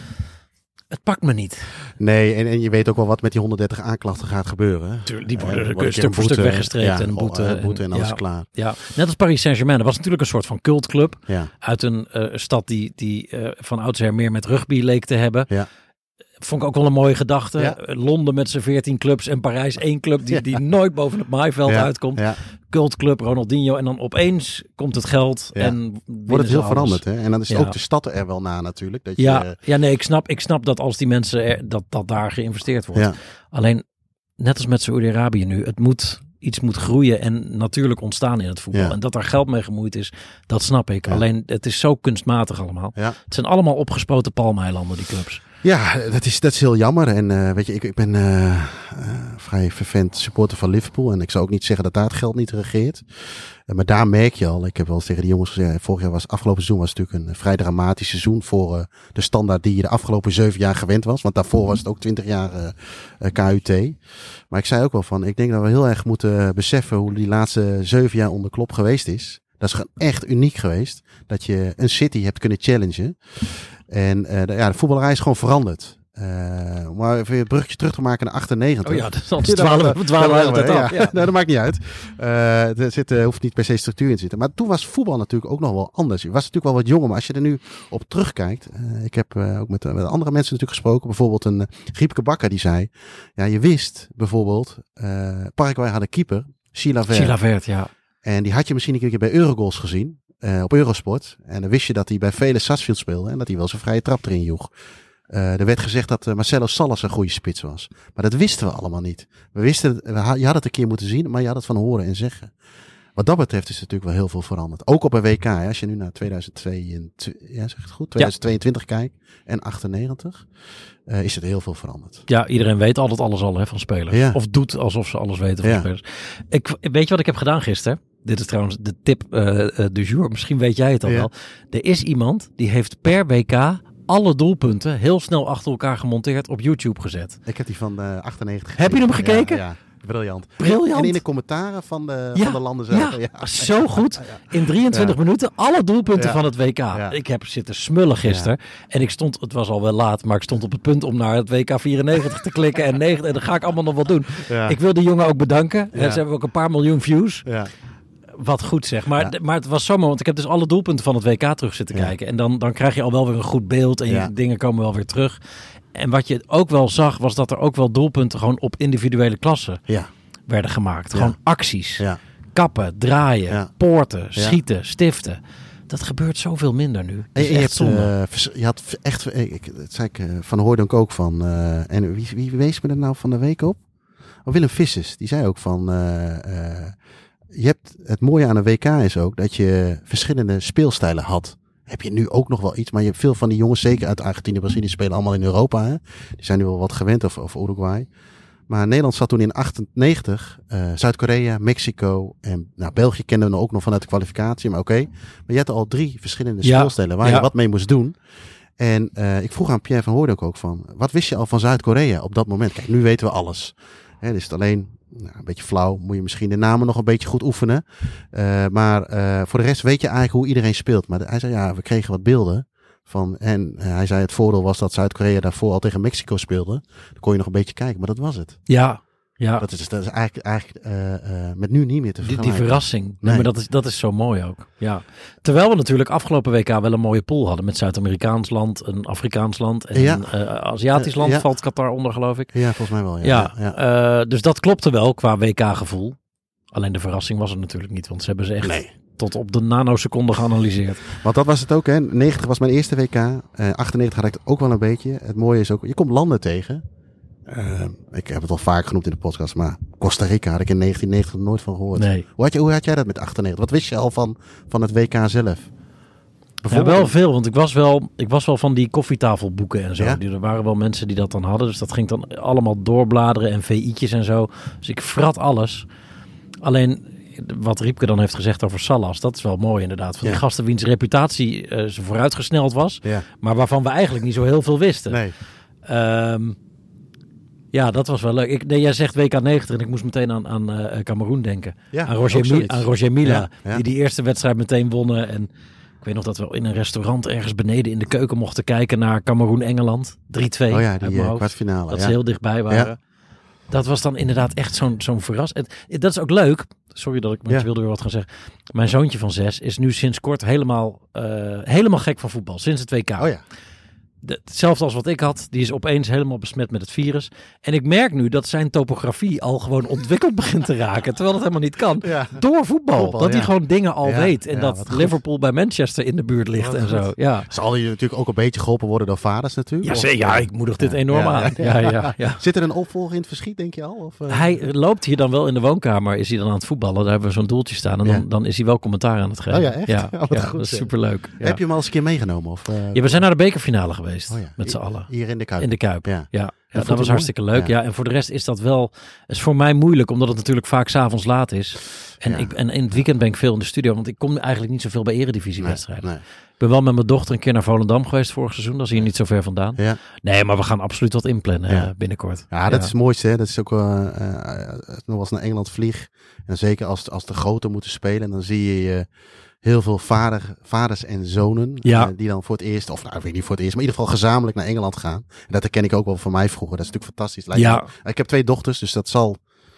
Het pakt me niet. Nee, en, en je weet ook wel wat met die honderddertig aanklachten gaat gebeuren. Tuurlijk, die worden uh, worden stuk voor stuk weggestreept ja, en een boete. En, boete en, en alles ja, klaar. Ja, net als Paris Saint-Germain. Dat was natuurlijk een soort van cultclub. Ja. Uit een uh, stad die, die uh, van oudsher meer met rugby leek te hebben. Ja. Vond ik ook wel een mooie gedachte. Ja. Londen met zijn veertien clubs en Parijs één club die, ja. die nooit boven het maaiveld ja. uitkomt. Ja. Cultclub, Ronaldinho. En dan opeens komt het geld ja. en wordt het heel alles. veranderd. Hè? En dan is ja. ook de stad er wel na natuurlijk. Dat ja. je, ja, nee, ik snap, ik snap dat als die mensen er, dat, dat daar geïnvesteerd wordt. Ja. Alleen, net als met Saoedi-Arabië nu, het moet, iets moet groeien en natuurlijk ontstaan in het voetbal. Ja. En dat daar geld mee gemoeid is, dat snap ik. Ja. Alleen, het is zo kunstmatig allemaal. Ja. Het zijn allemaal opgespoten palmeilanden, die clubs. Ja, dat is, dat is heel jammer. En uh, weet je, ik, ik ben uh, uh, vrij fervent supporter van Liverpool. En ik zou ook niet zeggen dat daar het geld niet regeert. Uh, maar daar merk je al. Ik heb wel eens tegen de jongens gezegd. Vorig jaar was, afgelopen seizoen was natuurlijk een vrij dramatisch seizoen. Voor uh, de standaard die je de afgelopen zeven jaar gewend was. Want daarvoor was het ook twintig jaar uh, uh, K U T. Maar ik zei ook wel van, ik denk dat we heel erg moeten beseffen hoe die laatste zeven jaar onder Klopp geweest is. Dat is gewoon echt uniek geweest. Dat je een City hebt kunnen challengen. En uh, de, ja, de voetballerij is gewoon veranderd. Uh, maar even het bruggetje terug te maken naar achtennegentig. Oh ja, dat is anders twaalf we het ja. af. Ja. Nou, dat maakt niet uit. Uh, er zit, uh, hoeft niet per se structuur in te zitten. Maar toen was voetbal natuurlijk ook nog wel anders. Je was natuurlijk wel wat jonger, maar als je er nu op terugkijkt. Uh, ik heb uh, ook met, uh, met andere mensen natuurlijk gesproken. Bijvoorbeeld een uh, Griepke Bakker die zei. Ja, je wist bijvoorbeeld. Uh, Paraguay had een keeper. Chilavert. Chilavert, ja. En die had je misschien een keer bij Eurogoals gezien. Uh, op Eurosport. En dan wist je dat hij bij vele Sarsfield speelde. En dat hij wel zijn vrije trap erin joeg. Uh, er werd gezegd dat uh, Marcelo Salas een goede spits was. Maar dat wisten we allemaal niet. We wisten, we ha- je had het een keer moeten zien, maar je had het van horen en zeggen. Wat dat betreft is er natuurlijk wel heel veel veranderd. Ook op een W K. Hè? Als je nu naar tweeduizend tweeëntwintig, ja, zeg het goed? tweeduizend tweeëntwintig ja. kijkt en achtennegentig, uh, is er heel veel veranderd. Ja, iedereen weet altijd alles al hè, van spelers. Ja. Of doet alsof ze alles weten van ja. spelers. Ik, weet je wat ik heb gedaan gisteren? Dit is trouwens de tip uh, uh, du jour. Misschien weet jij het al ja. wel. Er is iemand die heeft per W K alle doelpunten heel snel achter elkaar gemonteerd op YouTube gezet. Ik heb die van uh, achtennegentig. Heb je hem gekeken? Ja, ja. Briljant. Briljant. En in de commentaren van de, ja, van de landen zelf. Ja, ja. Zo goed. In drieëntwintig ja. minuten alle doelpunten ja. van het W K. Ja. Ik heb zitten smullen gisteren. Ja. En ik stond, het was al wel laat, maar ik stond op het punt om naar het W K vierennegentig te klikken. En, negen, en dat ga ik allemaal nog wel doen. Ja. Ik wil de jongen ook bedanken. Ja. Ze hebben ook een paar miljoen views. Ja. Wat goed zeg. Maar, ja. maar het was zomaar, want ik heb dus alle doelpunten van het W K terug zitten ja. kijken. En dan, dan krijg je al wel weer een goed beeld. En ja. je dingen komen wel weer terug. En wat je ook wel zag, was dat er ook wel doelpunten gewoon op individuele klassen ja. werden gemaakt. Gewoon ja. acties. Ja. Kappen, draaien, ja. poorten, schieten, ja. stiften. Dat gebeurt zoveel minder nu. Dat is je, echt hebt, uh, je had echt, ik, dat zei ik uh, van Hooydonk ook van. Uh, en wie, wie wees me er nou van de week op? Oh, Willem Vissers, die zei ook van. Uh, uh, je hebt, het mooie aan een W K is ook dat je verschillende speelstijlen had. Heb je nu ook nog wel iets, maar je hebt veel van die jongens, zeker uit Argentinië en Brazilië, spelen allemaal in Europa. Hè? Die zijn nu wel wat gewend, of, of Uruguay. Maar Nederland zat toen in achtennegentig, uh, Zuid-Korea, Mexico en nou, België kenden we ook nog vanuit de kwalificatie, maar oké. Okay. Maar je had al drie verschillende ja, speelstijlen waar ja. je wat mee moest doen. En uh, ik vroeg aan Pierre van Hooydonk ook van, wat wist je al van Zuid-Korea op dat moment? Kijk, nu weten we alles. Hè, dus het alleen nou, een beetje flauw, moet je misschien de namen nog een beetje goed oefenen. Uh, maar uh, voor de rest weet je eigenlijk hoe iedereen speelt. Maar de, hij zei, ja, we kregen wat beelden. Van, en uh, hij zei, het voordeel was dat Zuid-Korea daarvoor al tegen Mexico speelde. Dan kon je nog een beetje kijken, maar dat was het. Ja. Ja. Dat is, dat is eigenlijk, eigenlijk uh, uh, met nu niet meer te vergelijken. Die, die verrassing. Nee. Nee, maar dat is, dat is zo mooi ook. Ja. Terwijl we natuurlijk afgelopen W K wel een mooie pool hadden. Met Zuid-Amerikaans land, een Afrikaans land en ja. een uh, Aziatisch land. Uh, ja. Valt Qatar onder, geloof ik. Ja, volgens mij wel. Ja. Ja, ja, ja. Uh, dus dat klopte wel qua W K-gevoel. Alleen de verrassing was er natuurlijk niet. Want ze hebben ze echt nee. tot op de nanoseconde geanalyseerd. Want dat was het ook, hè. negentig was mijn eerste W K. Uh, achtennegentig had ik het ook wel een beetje. Het mooie is ook, je komt landen tegen... Uh, ik heb het al vaak genoemd in de podcast, maar Costa Rica had ik in negentien negentig nooit van gehoord. Nee. Hoe, had je, hoe had jij dat met achtennegentig? Wat wist je al van, van het W K zelf? Ja, wel veel, want ik was wel, ik was wel van die koffietafelboeken en zo. Ja? Er waren wel mensen die dat dan hadden, dus dat ging dan allemaal doorbladeren en V I'tjes en zo. Dus ik frat alles. Alleen, wat Riepke dan heeft gezegd over Salas, dat is wel mooi inderdaad. Van ja. die gasten wiens reputatie uh, ze vooruitgesneld was, ja. maar waarvan we eigenlijk niet zo heel veel wisten. Nee. Um, Ja, dat was wel leuk. Ik, nee, jij zegt W K negentig en ik moest meteen aan, aan uh, Cameroen denken. Ja, aan, Roger Mi- aan Roger Mila, ja, ja. die die eerste wedstrijd meteen wonnen. En ik weet nog dat we in een restaurant ergens beneden in de keuken mochten kijken naar Cameroen-Engeland. drie twee. Oh ja, die uh, kwartfinale. Dat ja. ze heel dichtbij waren. Ja. Dat was dan inderdaad echt zo'n, zo'n verrassing. Dat is ook leuk. Sorry dat ik, want ja. je wilde weer wat gaan zeggen. Mijn zoontje van zes is nu sinds kort helemaal, uh, helemaal gek van voetbal. Sinds het W K. Oh ja. Hetzelfde als wat ik had. Die is opeens helemaal besmet met het virus. En ik merk nu dat zijn topografie al gewoon ontwikkeld begint te raken. Terwijl dat helemaal niet kan. Ja. Door voetbal. voetbal dat ja. hij gewoon dingen al ja. weet. En ja, dat Liverpool bij Manchester in de buurt ligt wat en zo. Ja. Zal je natuurlijk ook een beetje geholpen worden door vaders natuurlijk? Ja, of, ja ik moedig dit ja. enorm ja. aan. Ja, ja, ja. Zit er een opvolger in het verschiet, denk je al? Of, uh... Hij loopt hier dan wel in de woonkamer. Is hij dan aan het voetballen. Daar hebben we zo'n doeltje staan. En dan, ja. dan is hij wel commentaar aan het geven. Oh ja, echt? Ja, oh, ja, goed, dat is superleuk. Ja. Heb je hem al eens een keer meegenomen? Of, uh... Ja, we zijn naar de bekerfinale geweest. Oh, ja. Met z'n allen. Hier in de Kuip. In de Kuip, ja. ja. ja dat, dat was hartstikke leuk. Ja. ja, en voor de rest is dat wel... is voor mij moeilijk, omdat het natuurlijk vaak 's avonds laat is. En, ja. ik, en in het weekend ben ik veel in de studio, want ik kom eigenlijk niet zoveel bij eredivisiewedstrijden. Nee, nee. Ik ben wel met mijn dochter een keer naar Volendam geweest vorig seizoen. Dat is hier niet zo ver vandaan. Ja. Nee, maar we gaan absoluut wat inplannen ja. uh, binnenkort. Ja, dat ja. is het mooiste. Hè? Dat is ook uh, uh, nog als naar Engeland vlieg. En zeker als, als de grote moeten spelen. En dan zie je... Uh, heel veel vader, vaders en zonen ja. uh, die dan voor het eerst, of nou, ik weet niet voor het eerst, maar in ieder geval gezamenlijk naar Engeland gaan. En dat herken ik ook wel van mij vroeger. Dat is natuurlijk fantastisch. Lijkt ja. me, ik heb twee dochters, dus dat zal,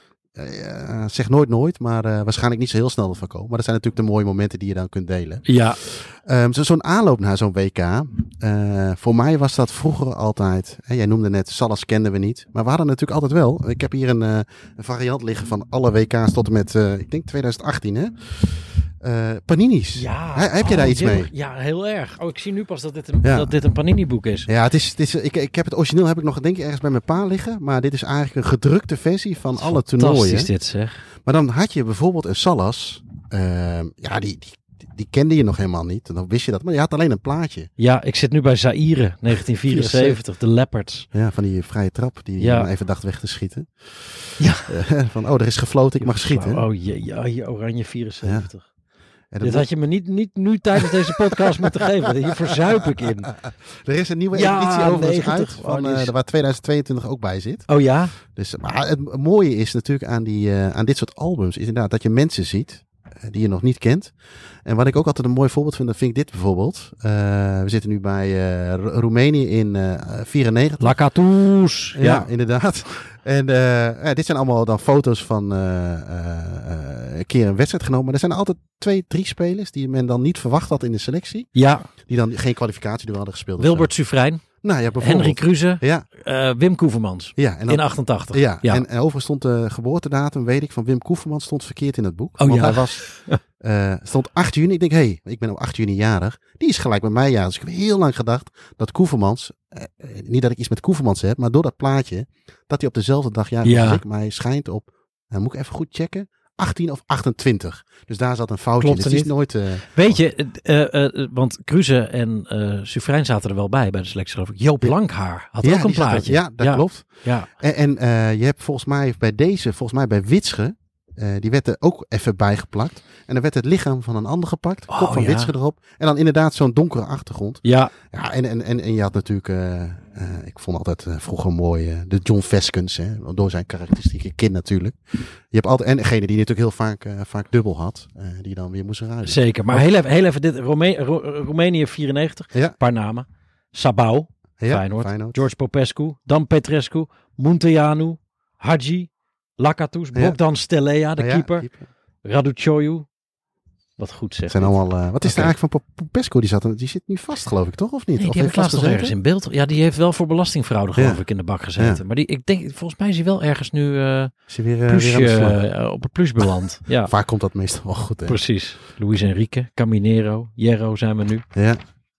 uh, zeg nooit nooit, maar uh, waarschijnlijk niet zo heel snel ervan komen. Maar dat zijn natuurlijk de mooie momenten die je dan kunt delen. Ja. Um, zo, zo'n aanloop naar zo'n W K. Uh, voor mij was dat vroeger altijd, hè, jij noemde net, Salas kenden we niet. Maar we hadden natuurlijk altijd wel. Ik heb hier een, uh, een variant liggen van alle W K's tot en met, uh, ik denk twintig achttien, hè. Uh, Panini's. Ja, He, heb je oh, daar iets heel, mee? Ja, heel erg. Oh, ik zie nu pas dat dit een, ja. dat dit een Panini-boek is. Ja, het is, het is, ik, ik heb het origineel heb ik nog denk ik ergens bij mijn pa liggen. Maar dit is eigenlijk een gedrukte versie van alle toernooien. Fantastisch dit zeg. Maar dan had je bijvoorbeeld een Salas. Uh, ja, die, die, die kende je nog helemaal niet. En dan wist je dat. Maar je had alleen een plaatje. Ja, ik zit nu bij Zaire, negentien vierenzeventig. De Leopards. Ja, van die vrije trap die ja. je even dacht weg te schieten. Ja. Uh, van, oh, er is gefloten, ik mag schieten. Oh, je, ja, je oranje vierenzeventig. Ja. Ja, dit had je me niet, niet nu tijdens deze podcast moeten geven. Hier verzuip ik in. Er is een nieuwe ja, editie overigens uit. Van, uh, waar tweeduizend tweeëntwintig ook bij zit. Oh ja? Dus, maar het mooie is natuurlijk aan, die, uh, aan dit soort albums. Is inderdaad dat je mensen ziet uh, die je nog niet kent. En wat ik ook altijd een mooi voorbeeld vind. Dan vind ik dit bijvoorbeeld. Uh, we zitten nu bij uh, Ro- Roemenië in uh, vierennegentig. Lakatus. Ja, ja, inderdaad. En uh, ja, dit zijn allemaal dan foto's van uh, uh, uh, een keer een wedstrijd genomen. Maar er zijn altijd twee, drie spelers die men dan niet verwacht had in de selectie. Ja. Die dan geen kwalificatie door hadden gespeeld. Wilbert Sufrein. Nou ja, Henry Kruse. Ja. Uh, Wim Koevermans. Ja, en dan, in achtentachtig. Ja, ja. En, en overigens stond de geboortedatum, weet ik, van Wim Koevermans stond verkeerd in het boek. Oh want ja. hij was, uh, stond acht juni. Ik denk, hé, hey, ik ben op acht juni jarig. Die is gelijk met mij jarig. Dus ik heb heel lang gedacht dat Koevermans, uh, niet dat ik iets met Koevermans heb, maar door dat plaatje, dat hij op dezelfde dag jarig ja. was als ik. Maar hij schijnt op, nou moet ik even goed checken, achttien of achtentwintig. Dus daar zat een foutje. Klopt dus het is nooit... Uh, Weet je, uh, uh, want Kruse en uh, Sufrein zaten er wel bij, bij de selectie geloof ik. Joop Lankhaar had ja, ook een plaatje. Er, ja, dat ja. klopt. Ja. En, en uh, je hebt volgens mij bij deze, volgens mij bij Witsche, Uh, die werd er ook even bijgeplakt. En dan werd het lichaam van een ander gepakt. Oh, kop van ja. Witsche erop. En dan inderdaad zo'n donkere achtergrond. Ja. Ja, en, en, en, en je had natuurlijk... Uh, uh, ik vond altijd uh, vroeger mooi... Uh, de John Veskens. Hè, door zijn karakteristieke kin natuurlijk. Je hebt altijd... En degene die natuurlijk heel vaak, uh, vaak dubbel had. Uh, die dan weer moest ruilen. Zeker. Maar heel even, heel even dit. Rome- Ro- Roemenië vierennegentig. Ja. Een paar namen. Sabau. Ja, Feyenoord. Feyenoord. George Popescu. Dan Petrescu. Munteanu. Hadji. Lakatos. Ja. Bogdan Stelea, de Ah, ja, keeper. keeper. Raducioiu. Wat goed zeg. Het zijn allemaal... Uh, wat is Oké. er eigenlijk van Popescu? Die, zat, die zit nu vast, geloof ik, toch? Of niet? Nee, of die heb ik heeft laatst nog vastgezeten? ergens in beeld. Ja, die heeft wel voor belastingfraude geloof Ja. ik in de bak gezeten. Ja. Maar die, ik denk, volgens mij is hij wel ergens nu uh, Is hij weer, uh, plus, weer aan de slag? uh, op het plus beland. Ja, Vaak komt dat meestal wel goed, hè? precies. Luis Enrique, Caminero, Hierro zijn we nu. Ja.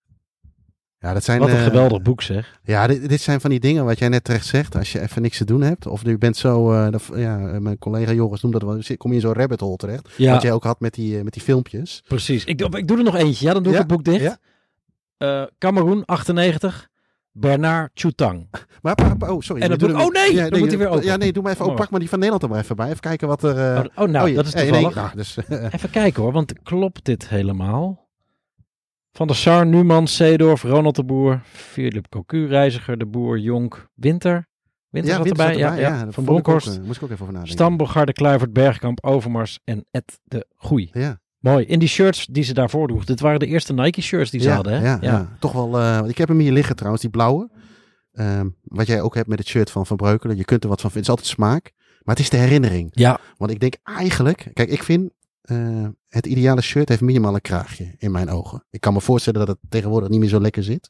Ja, dat zijn... Wat een uh, geweldig boek zeg. Ja, dit, dit zijn van die dingen wat jij net terecht zegt. Als je even niks te doen hebt. Of je bent zo... Uh, dat, ja, mijn collega Joris noemt dat wel. Kom je in zo'n rabbit hole terecht. Ja, Wat jij ook had met die, uh, met die filmpjes. precies. Ik, doe- ik doe er nog eentje. Ja, dan doe ik Ja, het boek dicht. ja. Uh, Cameroen, achtennegentig. Bernard Choutang. Maar, maar- maar- oh, sorry. En dat doe doe hem- ik- oh, nee, dan moet hij weer open. Ja, nee, doe maar even. Kom Oh, maar. pak maar die van Nederland er maar even bij. Even kijken wat er... Uh, Oh, oh, nou, ja. dat is Eh, nee, toevallig. nou, dus, uh, Even kijken hoor, want klopt dit helemaal? Van der Sar, Numan, Seedorf, Ronald de Boer, Philip Cocu, Reiziger, de Boer, Jonk, Winter. Winter ja, zat Winter erbij, zat erbij, ja, ja. ja. Dat Van vond ik ook, Bronkhorst, uh, moest ik ook even over nadenken. Stam, Bogarde, Kluivert, Bergkamp, Overmars en Ed de Goeie. Ja. Mooi. In die shirts die ze daarvoor droeg. Dit waren de eerste Nike shirts die ze ja, hadden. Hè? Ja, ja. toch wel. Uh, ik heb hem hier liggen trouwens, die blauwe. Um, wat jij ook hebt met het shirt van Van Breukelen. Je kunt er wat van vinden. Het is altijd smaak. Maar het is de herinnering. Ja. Want ik denk eigenlijk. Kijk, ik vind. Uh, het ideale shirt heeft minimaal een kraagje in mijn ogen. Ik kan me voorstellen dat het tegenwoordig niet meer zo lekker zit.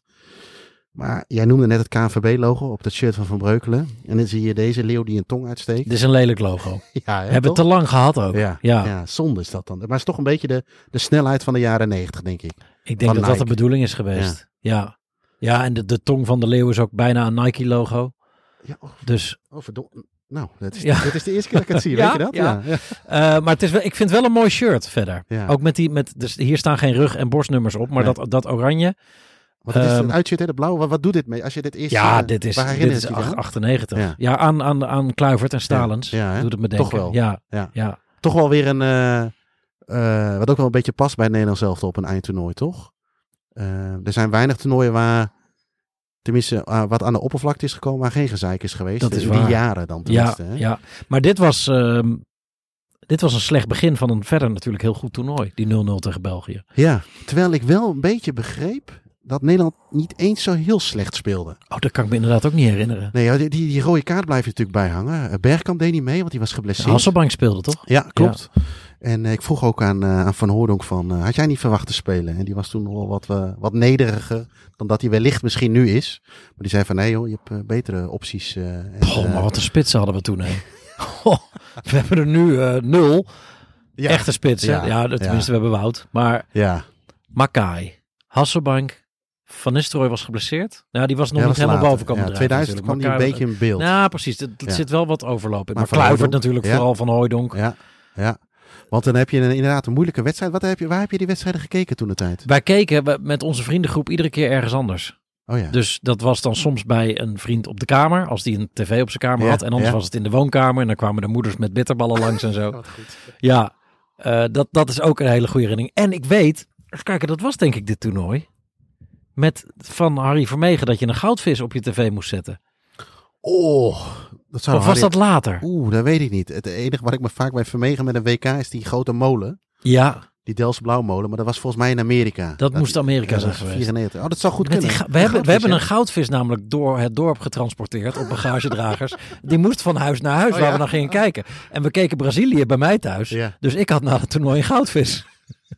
Maar jij noemde net het K N V B-logo op dat shirt van Van Breukelen. En dan zie je deze leeuw die een tong uitsteekt. Dit is een lelijk logo. Ja, hè, Hebben toch? het te lang gehad ook. Ja, Ja. ja, zonde is dat dan. Maar het is toch een beetje de, de snelheid van de jaren negentig, denk ik. Ik denk Van dat dat Nike. de bedoeling is geweest. Ja. Ja, ja en de, de tong van de leeuw is ook bijna een Nike-logo. Ja, oh, Dus, oh verdomme. Nou, dat is, Ja. dit is de eerste keer dat ik het zie, Ja, weet je dat? ja. ja. uh, maar het is wel, ik vind het wel een mooi shirt verder. Ja. Ook met die, met, dus hier staan geen rug- en borstnummers op, maar Nee. dat, dat oranje. Want het is Ehm, het uitshirt, hè, de blauwe. Wat, wat doet dit mee? Als je dit eerst... Ja, uh, dit is, waar dit herinnert is het je ach- aan? achtennegentig. Ja, Ja. aan, aan, aan Kluivert en Stalens. Ja, hè? Doet het me denken. Toch wel. Ja, Ja. ja. Toch wel weer een... Uh, uh, wat ook wel een beetje past bij het Nederlands elftal op een eindtoernooi, toch? Uh, er zijn weinig toernooien waar... Tenminste, uh, wat aan de oppervlakte is gekomen, waar geen gezeik is geweest. Dat is in waar. die jaren dan Ja, tenminste. hè? ja, maar dit was, um, dit was een slecht begin van een verder natuurlijk heel goed toernooi. Die nul nul tegen België. Ja, terwijl ik wel een beetje begreep dat Nederland niet eens zo heel slecht speelde. Oh, dat kan ik me inderdaad ook niet herinneren. Nee, ja, die, die, die rode kaart blijft natuurlijk bijhangen. Uh, Bergkamp deed niet mee, want die was geblesseerd. Hasselbank speelde toch? Ja, klopt. Ja. En uh, ik vroeg ook aan, uh, aan Van Hooijdonk van, uh, had jij niet verwacht te spelen? En die was toen nog wel wat, uh, wat nederiger dan dat hij wellicht misschien nu is. Maar die zei van, nee joh, je hebt uh, betere opties. Uh, en, Oh, maar wat een spitsen hadden we toen, hè. Oh, we hebben er nu uh, nul ja. echte spitsen. Ja, Ja, ja tenminste, ja. we hebben Wout. Maar Ja, Makai, Hasselbank, Van Nistelrooy was geblesseerd. Nou, die was nog ja, niet was helemaal later. boven komen Ja, drijven tweeduizend kwam natuurlijk. die een beetje in beeld. Nou, precies. Er Ja. zit wel wat overloop in. Maar, Maar Van Kluivert Hooijdonk, natuurlijk, ja. vooral Van Hooijdonk. Ja, ja. Want dan heb je een, inderdaad een moeilijke wedstrijd. Wat heb je, waar heb je die wedstrijden gekeken toen de tijd? Wij keken we- met onze vriendengroep iedere keer ergens anders. Oh ja. Dus dat was dan soms bij een vriend op de kamer, als die een tv op zijn kamer Ja, had. En anders ja. was het in de woonkamer. En dan kwamen de moeders met bitterballen langs en zo. Wat goed. Ja, uh, dat, dat is ook een hele goede herinnering. En ik weet, even kijken, dat was denk ik dit toernooi. Met van Harry Vermegen dat je een goudvis op je tv moest zetten. Oh, dat zou Of was Harry- dat later? Oeh, dat weet ik niet. Het enige wat ik me vaak bij Vermegen met een W K is die grote molen. Ja, Die Delftse blauwmolen, maar dat was volgens mij in Amerika. dat moest Amerika ja, zijn dat is geweest. vierennegentig. Oh, dat zou goed Met die kunnen. ga- we hebben, we Goudvis, hebben ja. een goudvis namelijk door het dorp getransporteerd op bagagedragers. Die moest van huis naar huis Oh, waar ja? we dan gingen kijken. En we keken Brazilië bij mij thuis. Ja. Dus ik had na het toernooi een goudvis.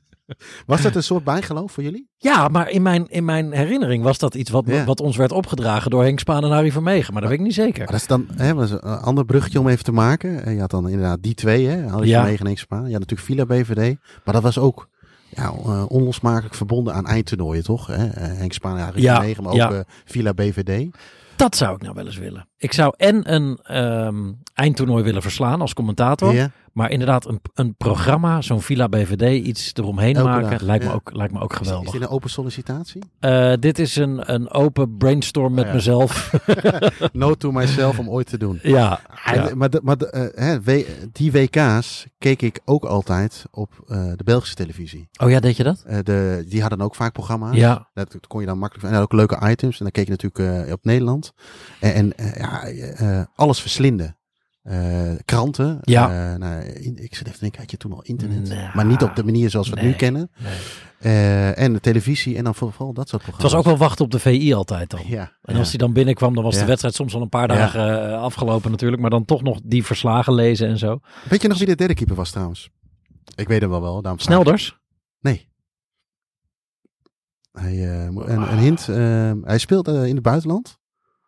Was dat een soort bijgeloof voor jullie? Ja, maar in mijn, in mijn herinnering was dat iets wat, Ja. wat ons werd opgedragen door Henk Spaan en Harry Vermegen. Maar dat weet ik niet zeker. Maar dat is dan hè, was een ander bruggetje om even te maken. Eh, Je had dan inderdaad die twee, hè? Harry Ja. Vermegen en Henk Spaan. Je had natuurlijk Villa B V D. Maar dat was ook ja, uh, onlosmakelijk verbonden aan eindtoernooien, toch? Hè? Uh, Henk Spaan en Harry Ja, Vermegen, maar ook ja. uh, Villa B V D. Dat zou ik nou wel eens willen. Ik zou en een um, eindtoernooi willen verslaan als commentator. Ja. Maar inderdaad een, een programma, zo'n Villa B V D, iets eromheen Elke maken, dag, lijkt, ja. me ook, lijkt me ook geweldig. Is, is dit een open sollicitatie? Uh, dit is een, een open brainstorm met oh, ja. mezelf. Note to myself om ooit te doen. Ja. Ah, ja. Maar, de, maar de, uh, hè, w, die W K's keek ik ook altijd op uh, de Belgische televisie. Oh ja, deed je dat? Uh, de, die hadden ook vaak programma's. Ja. Dat, dat kon je dan makkelijk. En ook leuke items. En dan keek je natuurlijk uh, op Nederland. En, en uh, ja, uh, alles verslinden. Uh, kranten. Ja. Uh, nou, in, ik zit even te denken, had je toen al internet? Nou, maar niet op de manier zoals we nee, het nu kennen. Nee. Uh, en de televisie en dan vooral dat soort Het programma's. was ook wel wachten op de V I altijd dan. Ja, en ja. als hij dan binnenkwam, dan was ja. de wedstrijd soms al een paar dagen ja. uh, afgelopen natuurlijk. Maar dan toch nog die verslagen lezen en zo. Weet je nog wie de derde keeper was trouwens? Ik weet hem wel wel. Snelders? Nee. Hij, uh, een, een hint. Uh, hij speelde uh, in het buitenland.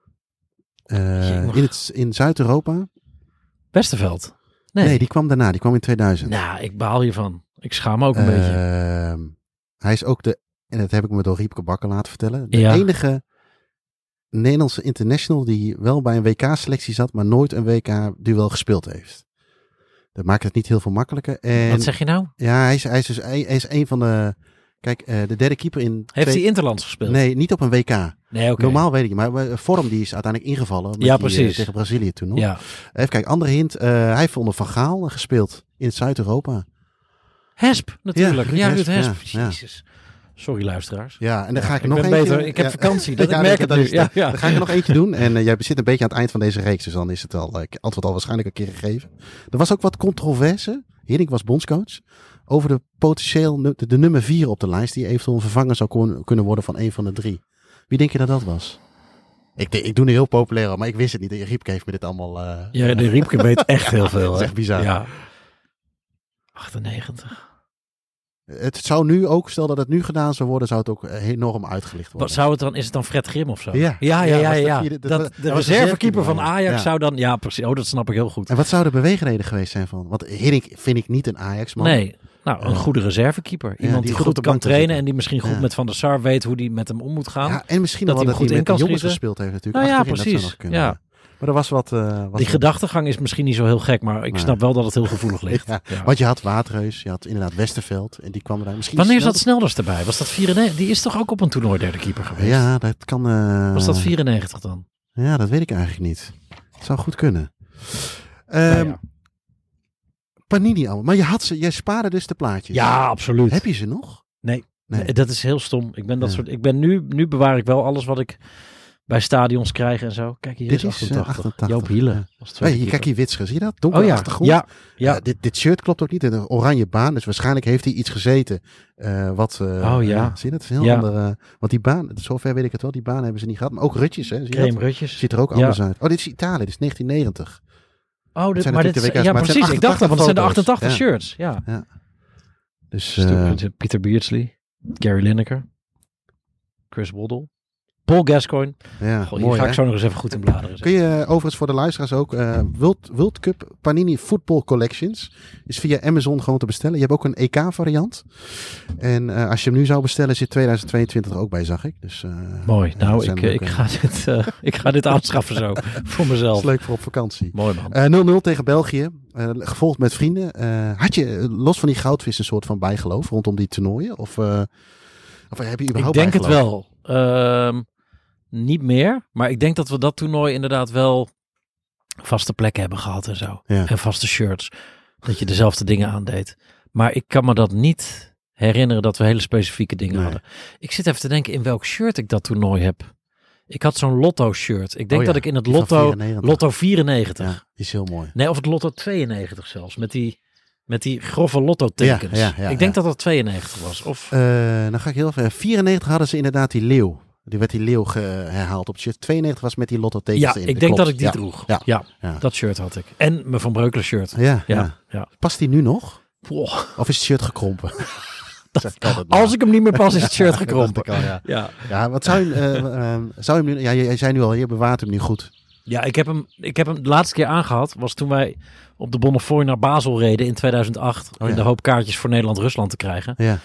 Uh, in, het, in Zuid-Europa. Westerveld? Nee. nee, die kwam daarna. Die kwam in tweeduizend. Nou, ik baal hiervan. Ik schaam me ook een uh, beetje. Hij is ook de, en dat heb ik me door Riepke Bakker laten vertellen, de ja. enige Nederlandse international die wel bij een W K-selectie zat, maar nooit een W K-duel gespeeld heeft. Dat maakt het niet heel veel makkelijker. En, Wat zeg je nou? Ja, hij is, hij is dus hij is een van de... Kijk, uh, de derde keeper in... Heeft twee... hij interlands gespeeld? Nee, niet op een W K. Nee, okay. Normaal weet ik niet, maar Vorm die is uiteindelijk ingevallen. Met ja, die, precies. Uh, tegen Brazilië toen nog. Ja. Even kijken, andere hint. Uh, hij heeft onder Van Gaal gespeeld in het Zuid-Europa. Hesp, natuurlijk. Ja, Ruud Hesp. Ja, Jezus. Sorry, luisterars. Ja, en dan ga ik er ik nog ben eentje... Beter. Ik heb ja. vakantie, dat ja, ik merk dat, het dat nu. Ja, ja. Dan ga ik er nog eentje doen. En uh, jij zit een beetje aan het eind van deze reeks, dus dan is het al... Ik antwoord al waarschijnlijk een keer gegeven. Er was ook wat controverse. Hiddink was bondscoach. Over de potentieel de, de nummer vier op de lijst, die eventueel een vervanger zou kon, kunnen worden van een van de drie. Wie denk je dat dat was? Ik, ik doe nu heel populair, maar ik wist het niet. Riepke heeft me dit allemaal... Uh, ja, de Riepke weet echt heel veel. Dat is echt bizar. Ja. achtennegentig. Het zou nu ook, stel dat het nu gedaan zou worden, zou het ook enorm uitgelicht worden. Wat zou het dan, is het dan Fred Grim of zo? Ja, ja, ja, ja. ja, ja. Vierde, dat, dat, dat, de dat reservekeeper van Ajax ja. zou dan, ja precies, oh dat snap ik heel goed. En wat zou de beweegreden geweest zijn van? Want Hiddink vind ik niet een Ajax-man. Nee, nou een uh, goede reservekeeper. Iemand ja, die, die goed, goed kan trainen en die misschien goed ja. met Van der Sar weet hoe die met hem om moet gaan. Ja, en misschien dat wel hij dat goed hij in met kan de jongens schieten. gespeeld heeft natuurlijk. Nou ja, achterin, precies. Dat Ja. Maar er was wat... Uh, was die wat... gedachtegang is misschien niet zo heel gek, maar ik nee. snap wel dat het heel gevoelig ligt. ja, ja. Want je had Waterreus, je had inderdaad Westerveld en die kwam er misschien... Wanneer zat Snelders erbij? Was dat vierennegentig? Die is toch ook op een toernooi derde keeper geweest? Ja, dat kan... Uh... Was dat vierennegentig dan? Ja, dat weet ik eigenlijk niet. Het zou goed kunnen. Um, nou ja. Panini allemaal. Maar je had ze, jij spaarde dus de plaatjes. Ja, absoluut. Heb je ze nog? Nee, nee. nee dat is heel stom. Ik ben dat ja. soort. Ik ben nu, nu bewaar ik wel alles wat ik bij stadions krijg en zo. Kijk, hier dit is achtentachtig. Is, uh, achtentachtig. Joop Hiele. Ja. Hey, kijk hier Witsche, zie je dat? Donkere oh, ja. achtergrond. Ja, ja. Uh, dit, dit shirt klopt ook niet. Een oranje baan. Dus waarschijnlijk heeft hij iets gezeten. Uh, wat, uh, oh ja. Uh, zie je dat? Het is heel ja. ander. Uh, want die baan, zover weet ik het wel. Die baan hebben ze niet gehad. Maar ook Rutjes, hè? Zie je Crème dat? Rutjes. Ziet er ook ja. anders uit. Oh, dit is Italië. Dit is negentien negentig. Oh, dit, maar dit is, W K's, ja, maar precies. Ik dacht dat, want het zijn de achtentachtig ja. shirts. Ja. ja. Dus, uh, Pieter Beardsley, Gary Lineker, Chris Waddle, Paul Gascoigne. Ja, Goh, mooi, hier ga hè? ik zo nog eens even goed in bladeren. Kun je uh, overigens voor de luisteraars ook uh, World, World Cup Panini Football Collections is via Amazon gewoon te bestellen. Je hebt ook een E K variant. En uh, als je hem nu zou bestellen zit tweeduizend tweeëntwintig er ook bij, zag ik. Dus, uh, mooi. Nou, uh, ik, ik, ga dit, uh, ik ga dit aanschaffen zo voor mezelf. Dat is leuk voor op vakantie. Mooi man. Uh, nul nul tegen België. Uh, gevolgd met vrienden. Uh, had je uh, los van die goudvis een soort van bijgeloof rondom die toernooien? Of, uh, of heb je überhaupt Ik denk bijgeloof? het wel. Uh, niet meer. Maar ik denk dat we dat toernooi inderdaad wel vaste plekken hebben gehad en zo. Ja. En vaste shirts. Dat je dezelfde dingen aandeed. Maar ik kan me dat niet herinneren dat we hele specifieke dingen nee. hadden. Ik zit even te denken in welk shirt ik dat toernooi heb. Ik had zo'n Lotto shirt. Ik denk oh ja, dat ik in het Lotto vierennegentig. Lotto vierennegentig. Ja, die is heel mooi. Nee, of het Lotto tweeënnegentig zelfs. Met die, met die grove Lotto tekens. Ja, ja, ja, ik denk ja. dat dat tweeënnegentig was. Of... Uh, dan ga ik heel ver. vierennegentig hadden ze inderdaad die leeuw. Die werd die leeuw herhaald op het shirt. tweeënnegentig was met die Lotto tekens ja, erin. ik dat denk klopt. dat ik die ja. droeg. Ja. Ja. Ja. Dat shirt had ik. En mijn Van Breukelen shirt. Ja, ja. ja. ja. Past die nu nog? Wow. Of is het shirt gekrompen? dat, als ik hem niet meer pas, is het shirt gekrompen. Al, ja. Ja. ja, wat zou je, uh, uh, zou je hem nu... Ja, jij zei nu al, je bewaart hem nu goed. Ja, ik heb hem, ik heb hem de laatste keer aangehad. Was toen wij op de Bonnefoy naar Basel reden in tweeduizend acht. Oh, ja. In de hoop kaartjes voor Nederland-Rusland te krijgen. Ja.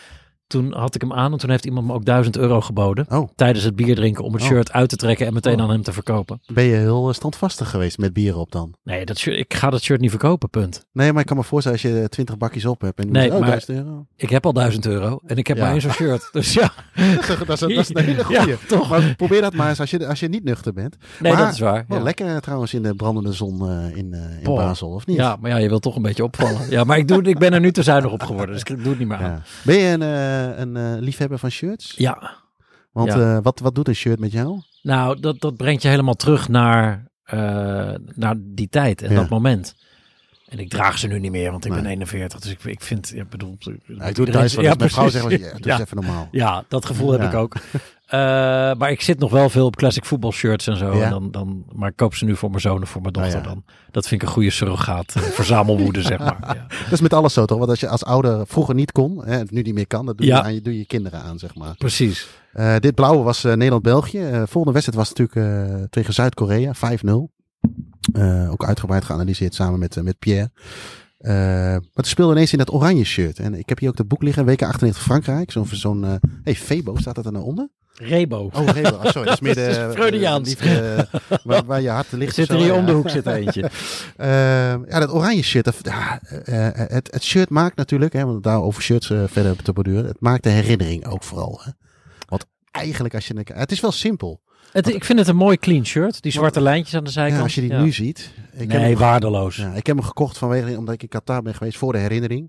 toen had ik hem aan en toen heeft iemand me ook duizend euro geboden. Oh. Tijdens het bier drinken om het Oh. shirt uit te trekken en meteen Oh. aan hem te verkopen. Ben je heel uh, standvastig geweest met bier op dan? Nee, dat shirt, ik ga dat shirt niet verkopen, punt. Nee, maar ik kan me voorstellen als je twintig bakjes op hebt. En Nee, oh, maar- duizend euro. Ik heb al duizend euro en ik heb Ja. maar één zo'n shirt. Dus ja. dat, is, dat, is, dat is een hele goeie. Ja, toch. Maar probeer dat maar eens als je, als je niet nuchter bent. Nee, maar, dat is waar. Wel Ja. lekker uh, trouwens in de brandende zon uh, in, uh, in Boah. Basel, of niet? Ja, maar ja, je wilt toch een beetje opvallen. Ja, maar ik, doe, ik ben er nu te zuinig op geworden, dus ik doe het niet meer aan. Ja. Ben je een, uh, een uh, liefhebber van shirts? Ja. Want Ja. uh, wat, wat doet een shirt met jou? Nou, dat, dat brengt je helemaal terug naar, uh, naar die tijd en Ja. dat moment. En ik draag ze nu niet meer, want ik Nee. ben eenenveertig. Dus ik, ik vind, ik bedoel... Ja, ik doe het thuis wel eens. Mijn vrouw zegt, wel, ja, doe ja. eens even normaal. Ja, dat gevoel heb Ja. ik ook. Uh, maar ik zit nog wel veel op classic voetbalshirts en zo. Ja. En dan, dan, maar ik koop ze nu voor mijn zoon of voor mijn dochter Oh ja. dan. Dat vind ik een goede surrogaat. uh, verzamelwoede, zeg maar. Ja. Dat is met alles zo toch? Want als je als ouder vroeger niet kon, hè, nu niet meer kan, dat doe, Ja. je, aan je, doe je je kinderen aan, zeg maar. Precies. Uh, dit blauwe was uh, Nederland-België. Uh, volgende wedstrijd was natuurlijk uh, tegen Zuid-Korea, vijf nul. Uh, ook uitgebreid geanalyseerd samen met, uh, met Pierre. Uh, maar toen speelde ineens in dat oranje shirt. En ik heb hier ook dat boek liggen, W K achtennegentig Frankrijk. Zo'n, zo'n uh, hey, Febo, staat dat er nou onder? Rebo. Oh, Rebo. Oh, sorry, dat is meer de... Dat is Freudiaans. Uh, liefde, uh, waar, waar je hart ligt. Zit of er zo, hier ja. om de hoek zit er eentje. Uh, ja, dat oranje shirt. Dat, ja, uh, het, het shirt maakt natuurlijk, hè, want daar over shirts uh, verder te borduren. Het maakt de herinnering ook vooral. Hè. Want eigenlijk als je... Het is wel simpel. Het, ik vind het een mooi clean shirt. Die zwarte Want, lijntjes aan de zijkant. Ja, als je die ja. nu ziet. Ik nee, heb hem, waardeloos. ja, ik heb hem gekocht vanwege, omdat ik in Qatar ben geweest voor de herinnering.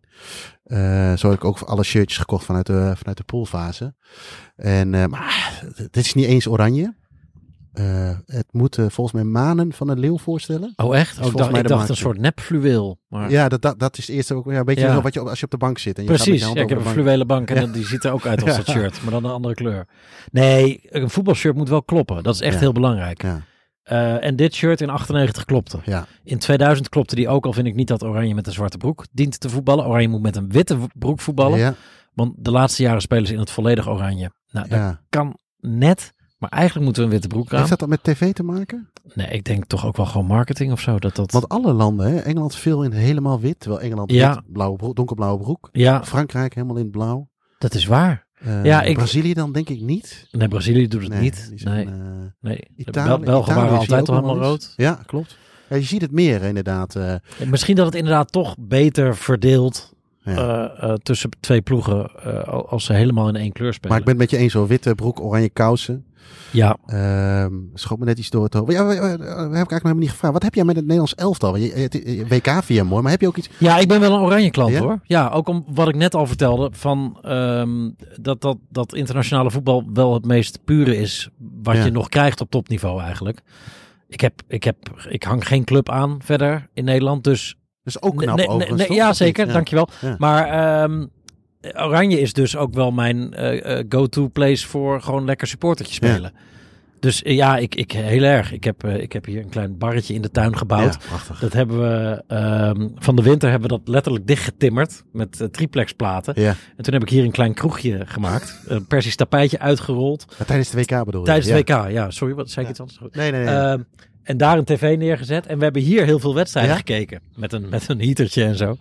Uh, zo heb ik ook alle shirtjes gekocht vanuit de, vanuit de poolfase. En, uh, maar dit is niet eens oranje. Uh, het moet uh, volgens mij Manen van de Leeuw voorstellen. Oh echt? Dus Oh, ik dacht, mij ik de dacht een maker. soort nepfluweel. Maar... Ja, dat, dat, dat is het eerste ook ja, een beetje Ja. zo wat je, als je op de bank zit. En je Precies, gaat met je ja, ik heb hand een over de fluwelen bank en Ja. dan- die ziet er ook uit als Ja. dat shirt, maar dan een andere kleur. Nee, een voetbalshirt moet wel kloppen. Dat is echt Ja. heel belangrijk. bank. Ja, Uh, en dit shirt in achtennegentig klopte. ja. In tweeduizend klopte die ook, al vind ik niet dat Oranje met een zwarte broek dient te voetballen. Oranje moet met een witte broek voetballen. Ja, Want de laatste jaren spelen ze in het volledig oranje. Nou, dat ja. kan net, maar eigenlijk moeten we een witte broek aan. Heeft dat dan met tv te maken? Nee, ik denk toch ook wel gewoon marketing of zo. Dat dat... Want alle landen, hè, Engeland veel in helemaal wit. Terwijl Engeland Ja. wit, blauwe broek, donkerblauwe broek. Ja, Frankrijk helemaal in het blauw. dat is waar. Uh, Ja, ik- Brazilië dan denk ik niet. Nee, Brazilië doet het Nee, niet. die zijn, Nee, uh, nee. De Italië, Bel- Belgen Italië waren zie je altijd al ook nog helemaal wel eens. rood. Ja, klopt. Ja, je ziet het meer inderdaad. Uh, Misschien dat het inderdaad toch beter verdeelt ja. uh, uh, tussen twee ploegen uh, als ze helemaal in één kleur spelen. Maar ik ben het met je eens hoor. Witte broek, oranje kousen. Ja, Uh, schoot me net iets door het hoofd. Ja, we, we, we, heb ik eigenlijk nog helemaal niet gevraagd. Wat heb jij met het Nederlands elftal? Want je, je, je, W K via mooi, maar heb je ook iets... ja, ik ben wel een oranje klant Ja? hoor. Ja, ook om wat ik net al vertelde van um, dat, dat, dat internationale voetbal wel het meest pure is wat Ja. je nog krijgt op topniveau eigenlijk. Ik heb, ik heb, ik hang geen club aan verder in Nederland, dus Dus ook knap nee, nee, overigens, nee, toch? ja, Of zeker. niet? Ja. Dankjewel. Ja. Maar um, oranje is dus ook wel mijn uh, uh, go-to place voor gewoon lekker supportertje spelen. Ja. Dus uh, ja, ik, ik heel erg. Ik heb, uh, ik heb hier een klein barretje in de tuin gebouwd. Ja, prachtig. Dat hebben we um, van de winter hebben we dat letterlijk dichtgetimmerd met uh, triplexplaten. Ja. En toen heb ik hier een klein kroegje gemaakt. Een Persisch tapijtje uitgerold. Ja, tijdens de W K bedoel je? Tijdens ja. de W K, ja. Sorry, wat zei ik Ja. iets anders? Nee, nee, nee. Uh, en daar een tv neergezet. En we hebben hier heel veel wedstrijden Ja? gekeken. Met een, met een heatertje en zo.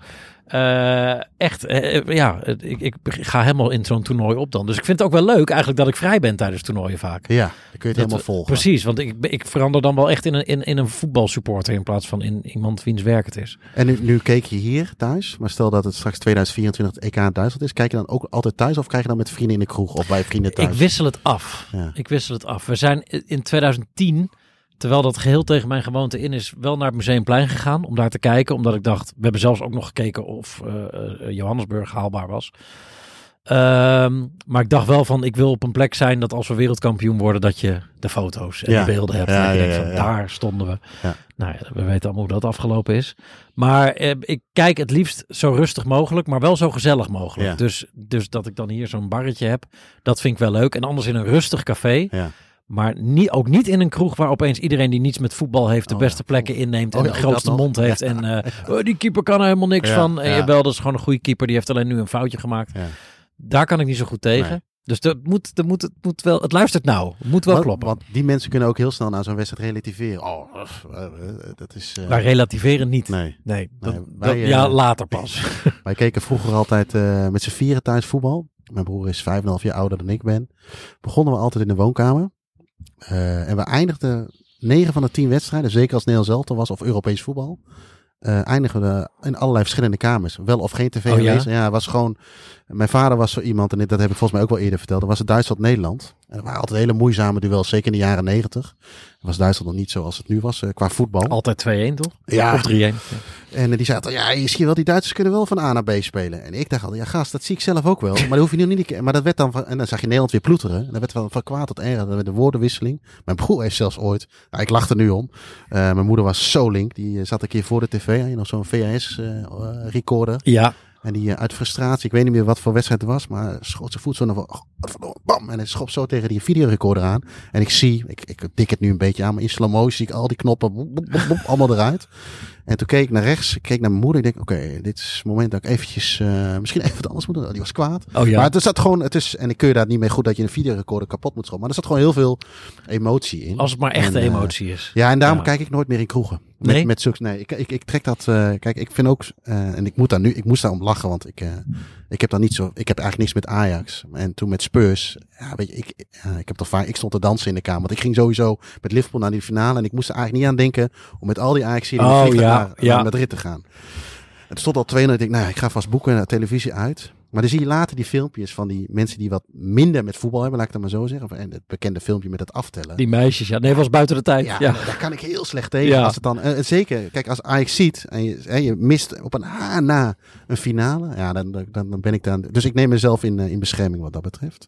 Uh, echt, uh, ja, ik, ik ga helemaal in zo'n toernooi op dan. Dus ik vind het ook wel leuk eigenlijk dat ik vrij ben tijdens toernooien vaak. Ja, dan kun je het Dat, helemaal volgen. Precies, want ik, ik verander dan wel echt in een, in, in een voetbalsupporter in plaats van in iemand wiens werk het is. En nu, nu keek je hier thuis, maar stel dat het straks tweeduizend vierentwintig het E K in Duitsland is. Kijk je dan ook altijd thuis of krijg je dan met vrienden in de kroeg of bij vrienden thuis? Ik wissel het af. Ja. Ik wissel het af. We zijn in tweeduizend tien... Terwijl dat geheel tegen mijn gewoonte in is, wel naar het Museumplein gegaan om daar te kijken. Omdat ik dacht, we hebben zelfs ook nog gekeken of uh, uh, Johannesburg haalbaar was. Um, maar ik dacht wel van, ik wil op een plek zijn dat als we wereldkampioen worden, dat je de foto's en Ja. de beelden hebt. Ja, en je ja, denkt ja, van, ja. daar stonden we. Ja. Nou ja, we weten allemaal hoe dat afgelopen is. Maar eh, ik kijk het liefst zo rustig mogelijk, maar wel zo gezellig mogelijk. Ja. Dus, dus dat ik dan hier zo'n barretje heb, dat vind ik wel leuk. En anders in een rustig café. Ja. Maar niet, ook niet in een kroeg waar opeens iedereen die niets met voetbal heeft de Oh, beste ja. plekken inneemt Oh, en ja, de ook grootste dat nog. mond heeft. Ja. En uh, oh, die keeper kan er helemaal niks Ja, van. En ja. jawel, dat is gewoon een goede keeper. Die heeft alleen nu een foutje gemaakt. Ja. Daar kan ik niet zo goed tegen. Nee. Dus dat moet, dat moet, het moet wel, het luistert nou. Het moet wel Want, kloppen. want die mensen kunnen ook heel snel naar zo'n wedstrijd relativeren. Oh, uh, uh, dat is... Uh, Wij relativeren niet. nee. Nee, dat, Nee, dat- wij, uh, ja, later pas. Wij keken vroeger altijd uh, met z'n vieren thuis voetbal. Mijn broer is vijf en een half jaar ouder dan ik ben. Begonnen we altijd in de woonkamer. Uh, en we eindigden negen van de tien wedstrijden, zeker als Nederlands elftal was of Europees voetbal. Uh, eindigen we in allerlei verschillende kamers. Wel of geen tv oh, ja? geweest. Ja, het was gewoon... Mijn vader was zo iemand, en dat heb ik volgens mij ook wel eerder verteld. Dat was het Duitsland-Nederland. En er waren altijd hele moeizame duels, zeker in de jaren negentig. Was Duitsland nog niet zoals het nu was, uh, qua voetbal. Altijd twee-een, toch? Ja. Of drie-een. Ja. En uh, die zei altijd, ja, je ziet wel, die Duitsers kunnen wel van A naar B spelen. En ik dacht altijd, ja gast, dat zie ik zelf ook wel. Maar dat hoef je nu niet... Maar dat werd dan... Van, en dan zag je Nederland weer ploeteren. En dat werd van, van kwaad tot erger. Dat werd de woordenwisseling. Mijn broer heeft zelfs ooit... Nou, ik lach er nu om. Uh, mijn moeder was zo link. Die uh, zat een keer voor de tv. Had je nog zo'n V H S-recorder. Uh, ja. En die uh, uit frustratie, ik weet niet meer wat voor wedstrijd het was, maar schoot zijn voet zo naar voren. Oh, bam! En hij schopt zo tegen die videorecorder aan. En ik zie, ik, ik dik het nu een beetje aan, maar in slow motion zie ik al die knoppen boep, boep, boep, boep, allemaal eruit. En toen keek ik naar rechts, ik keek naar mijn moeder. Ik denk, oké, okay, dit is het moment dat ik eventjes, uh, misschien even wat anders moet doen. Die was kwaad. Oh, ja. Maar het zat gewoon, het is, en ik kun je daar niet mee goed dat je een videorecorder kapot moet schoppen. Maar er zat gewoon heel veel emotie in. Als het maar echte en, uh, emotie is. Ja, en daarom ja. kijk ik nooit meer in kroegen. Met, Nee? met zulks, nee, ik, ik, ik trek dat, uh, kijk, ik vind ook, uh, en ik moet daar nu, ik moest daar om lachen, want ik, uh, ik heb dan niet zo, ik heb eigenlijk niks met Ajax. En toen met Spurs, ja, weet je, ik, uh, ik heb toch vaak, ik stond te dansen in de kamer, want ik ging sowieso met Liverpool naar die finale en ik moest er eigenlijk niet aan denken om met al die Ajax-series oh, ja, ja, naar, ja. naar Madrid te gaan. Het stond al twee nul, ik denk, nou ja, ik ga vast boeken naar televisie uit. Maar dan zie je later die filmpjes van die mensen die wat minder met voetbal hebben, laat ik dat maar zo zeggen. En het bekende filmpje met het aftellen. Die meisjes, ja. Nee, was buiten de tijd. Ja, ja. daar kan ik heel slecht tegen. Ja. Als het dan, uh, zeker, kijk, als Ajax ziet en je, hè, je mist op een ha na een finale, ja, dan, dan, dan ben ik daar. Dus ik neem mezelf in, uh, in bescherming wat dat betreft.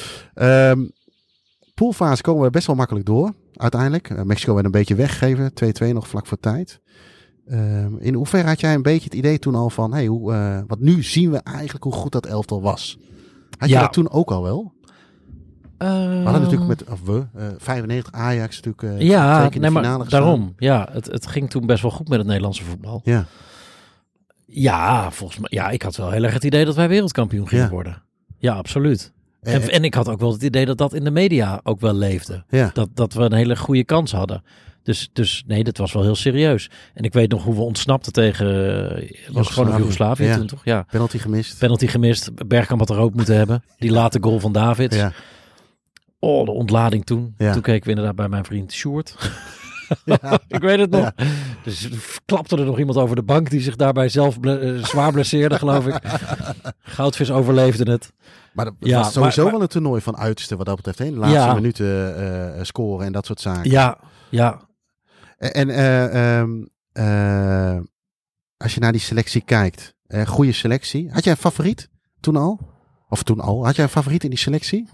Um, poolfase komen we best wel makkelijk door, uiteindelijk. Uh, Mexico werd een beetje weggegeven, twee-twee nog vlak voor tijd. Um, in hoeverre had jij een beetje het idee toen al van, hey, hoe, uh, want nu zien we eigenlijk hoe goed dat elftal was. Had ja. je dat toen ook al wel? Uh, we hadden natuurlijk met, of we, uh, vijfennegentig Ajax natuurlijk uh, ja, twee keer in nee, de maar finale gestaan. daarom. Ja, het, het ging toen best wel goed met het Nederlandse voetbal. Ja. Ja, volgens mij. Ja, ik had wel heel erg het idee dat wij wereldkampioen gingen ja. worden. Ja, absoluut. En, En, en ik had ook wel het idee dat dat in de media ook wel leefde. Ja. Dat, dat we een hele goede kans hadden. Dus, dus nee, dat was wel heel serieus. En ik weet nog hoe we ontsnapten tegen... Het was gewoon nog Joegoslavië ja. toen, toch? Ja. Penalty gemist. Penalty gemist. Bergkamp had er ook moeten hebben. Die late goal van Davids. Ja. Oh, de ontlading toen. Ja. Toen keken we inderdaad bij mijn vriend Sjoerd. Ja. Ik weet het nog. Ja. Dus klapte er nog iemand over de bank die zich daarbij zelf ble- uh, zwaar blesseerde, geloof ik. Goudvis overleefde het. Maar dat ja, was sowieso maar, wel een toernooi van uiterste wat dat betreft. Hè? De laatste ja. minuten uh, scoren en dat soort zaken. Ja, ja. En uh, um, uh, als je naar die selectie kijkt, uh, goede selectie. Had jij een favoriet toen al? Of toen al? Had jij een favoriet in die selectie?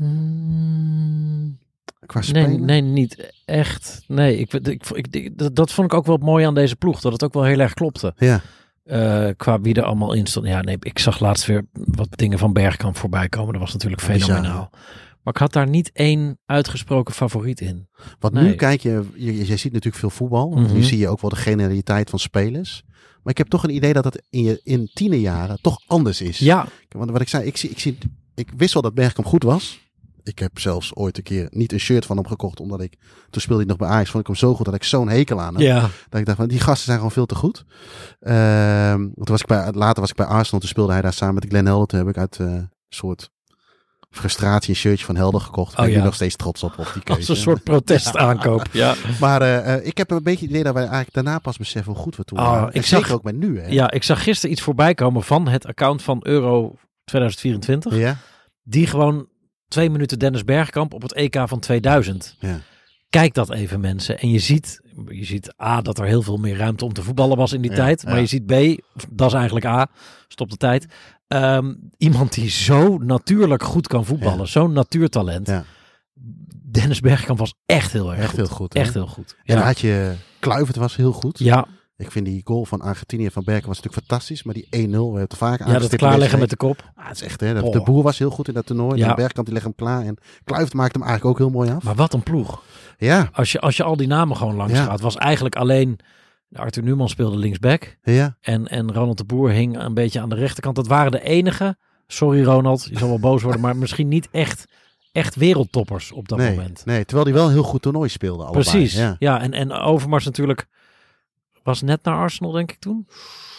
Hmm. Qua spelen? Nee, nee, niet echt. Nee, ik, ik, ik, ik, dat, dat vond ik ook wel mooi aan deze ploeg. Dat het ook wel heel erg klopte. Ja. Uh, qua wie er allemaal in stond. Ja, nee, ik zag laatst weer wat dingen van Bergkamp voorbij komen. Dat was natuurlijk fenomenaal. Maar ik had daar niet één uitgesproken favoriet in. Want nee. nu kijk je, je, je ziet natuurlijk veel voetbal. Mm-hmm. Nu zie je ook wel de generaliteit van spelers. Maar ik heb toch een idee dat het in je in tienerjaren toch anders is. Ja. Want wat ik zei, ik, zie, ik, zie, ik wist wel dat Bergkamp goed was. Ik heb zelfs ooit een keer niet een shirt van hem gekocht. Omdat ik, toen speelde hij nog bij Ajax, vond ik hem zo goed dat ik zo'n hekel aan hem. Ja. Dat ik dacht van, die gasten zijn gewoon veel te goed. Uh, toen was ik bij, later was ik bij Arsenal, toen speelde hij daar samen met Glenn Helder. Toen heb ik uit uh, een soort frustratie een shirtje van Helder gekocht. Daar oh, ben ik ja. nog steeds trots op, op die keuze. Als een soort protestaankoop. Ja. Maar uh, ik heb een beetje het idee dat wij eigenlijk daarna pas beseffen hoe goed we toen oh, waren. Ik zeker zag, ook met nu. Hè? Ja, ik zag gisteren iets voorbij komen van het account van Euro tweeduizend vierentwintig. Ja. Die gewoon twee minuten Dennis Bergkamp op het E K van tweeduizend. Ja. Kijk dat even, mensen. En je ziet, je ziet A, dat er heel veel meer ruimte om te voetballen was in die ja, tijd. Maar ja. je ziet B, dat is eigenlijk A, stop de tijd. Um, iemand die zo natuurlijk goed kan voetballen. Ja. Zo'n natuurtalent. Ja. Dennis Bergkamp was echt heel erg echt goed. Heel goed echt heel goed. En ja. dan had je Kluivert was heel goed. Ja. Ik vind die goal van Argentinië van Bergkamp was natuurlijk fantastisch. Maar die één nul, we hebben het vaak Ja, dat klaarleggen met de kop. Ah, het is echt, hè. De, oh. de Boer was heel goed in dat toernooi. Ja. En Bergkamp die legt hem klaar. En Kluivert maakte hem eigenlijk ook heel mooi af. Maar wat een ploeg. Ja. Als je, als je al die namen gewoon langs ja. gaat, was eigenlijk alleen... Arthur Newman speelde linksback. Ja. En, en Ronald de Boer hing een beetje aan de rechterkant. Dat waren de enige... Sorry Ronald, je zal wel boos worden, maar misschien niet echt, echt wereldtoppers op dat nee, moment. Nee, terwijl die wel een heel goed toernooi speelde allebei. Precies, ja. ja en, en Overmars natuurlijk was net naar Arsenal denk ik toen.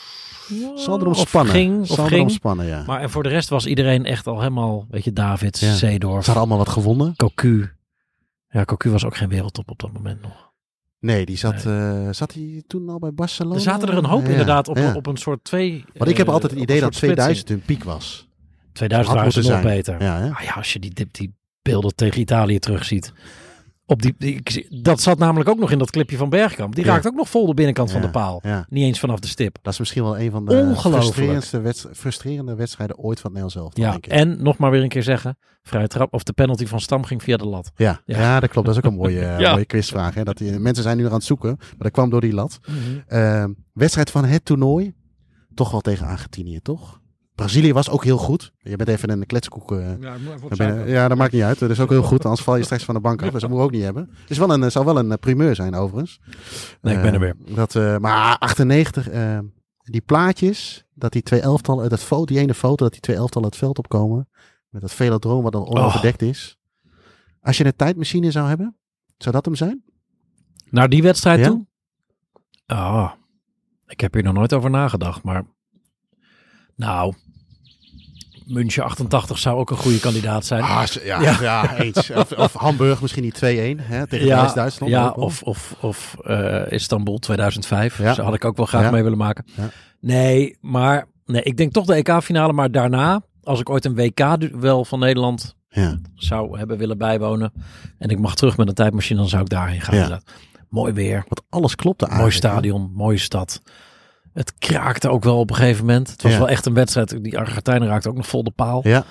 Zal erom of spannen. ging, Zal of erom ging. spannen, ja. Maar en voor de rest was iedereen echt al helemaal, weet je, Davids, Ja. Seedorf, Ze hadden allemaal wat gewonnen. Cocu. Ja, Cocu was ook geen wereldtop op dat moment nog. Nee, die zat, uh, zat hij toen al bij Barcelona? Er zaten er een hoop ja, inderdaad op, ja. op een soort twee... Want ik heb uh, altijd het op idee een dat soort tweeduizend splitsing. hun piek was. tweeduizend Had waren ze nog moeten beter. Ja, hè? Ah ja, als je die, die, die beelden tegen Italië terugziet. Op die, die, dat zat namelijk ook nog in dat clipje van Bergkamp. Die Ja. raakt ook nog vol de binnenkant Ja, van de paal. ja. Niet eens vanaf de stip. Dat is misschien wel een van de Ongelooflijk. frustrerendste, wedst- frustrerende wedstrijden ooit van het Nederlands elftal, Ja, denk ik. en nog maar weer een keer zeggen. Vrije trap of de penalty van Stam ging via de lat. Ja, ja. Ja. ja, dat klopt. Dat is ook een mooie, uh, Ja. mooie quizvraag. Hè? Dat die, mensen zijn nu nog aan het zoeken, maar dat kwam door die lat. Mm-hmm. Uh, wedstrijd van het toernooi. Toch wel tegen Argentinië, toch? Brazilië was ook heel goed. Je bent even een kletskoek. Uh, Ja, ben, ja, dat maakt niet uit. Dat is ook heel goed. Anders val je straks van de bank af. Dus dat moeten we ook niet hebben. Het is wel een, zal wel een primeur zijn, overigens. Nee, ik ben er weer. Uh, dat, uh, maar achtennegentig, uh, die plaatjes, dat die twee elftallen, dat foto, die ene foto, dat die twee elftallen het veld opkomen. Met dat velodroom wat dan onoverdekt is. Als je een tijdmachine zou hebben, zou dat hem zijn? Naar die wedstrijd Ja? toe? Ah, ik heb hier nog nooit over nagedacht, maar... Nou... München achtentachtig zou ook een goede kandidaat zijn. Ah, ja, ja. ja eens. Of, of Hamburg misschien niet twee-een hè, tegen ja, West-Duitsland. Ja, of, of, of uh, Istanbul tweeduizend vijf. Ja. Zo had ik ook wel graag ja. mee willen maken. Ja. Nee, maar nee, ik denk toch de E K-finale. Maar daarna, als ik ooit een W K-duel van Nederland ja. zou hebben willen bijwonen. En ik mag terug met een tijdmachine, dan zou ik daarheen gaan. Ja. Mooi weer. Want alles klopte eigenlijk. Mooi stadion, hè? Mooie stad. Het kraakte ook wel op een gegeven moment. Het was ja. wel echt een wedstrijd. Die Argentijnen raakten ook nog vol de paal. Ja.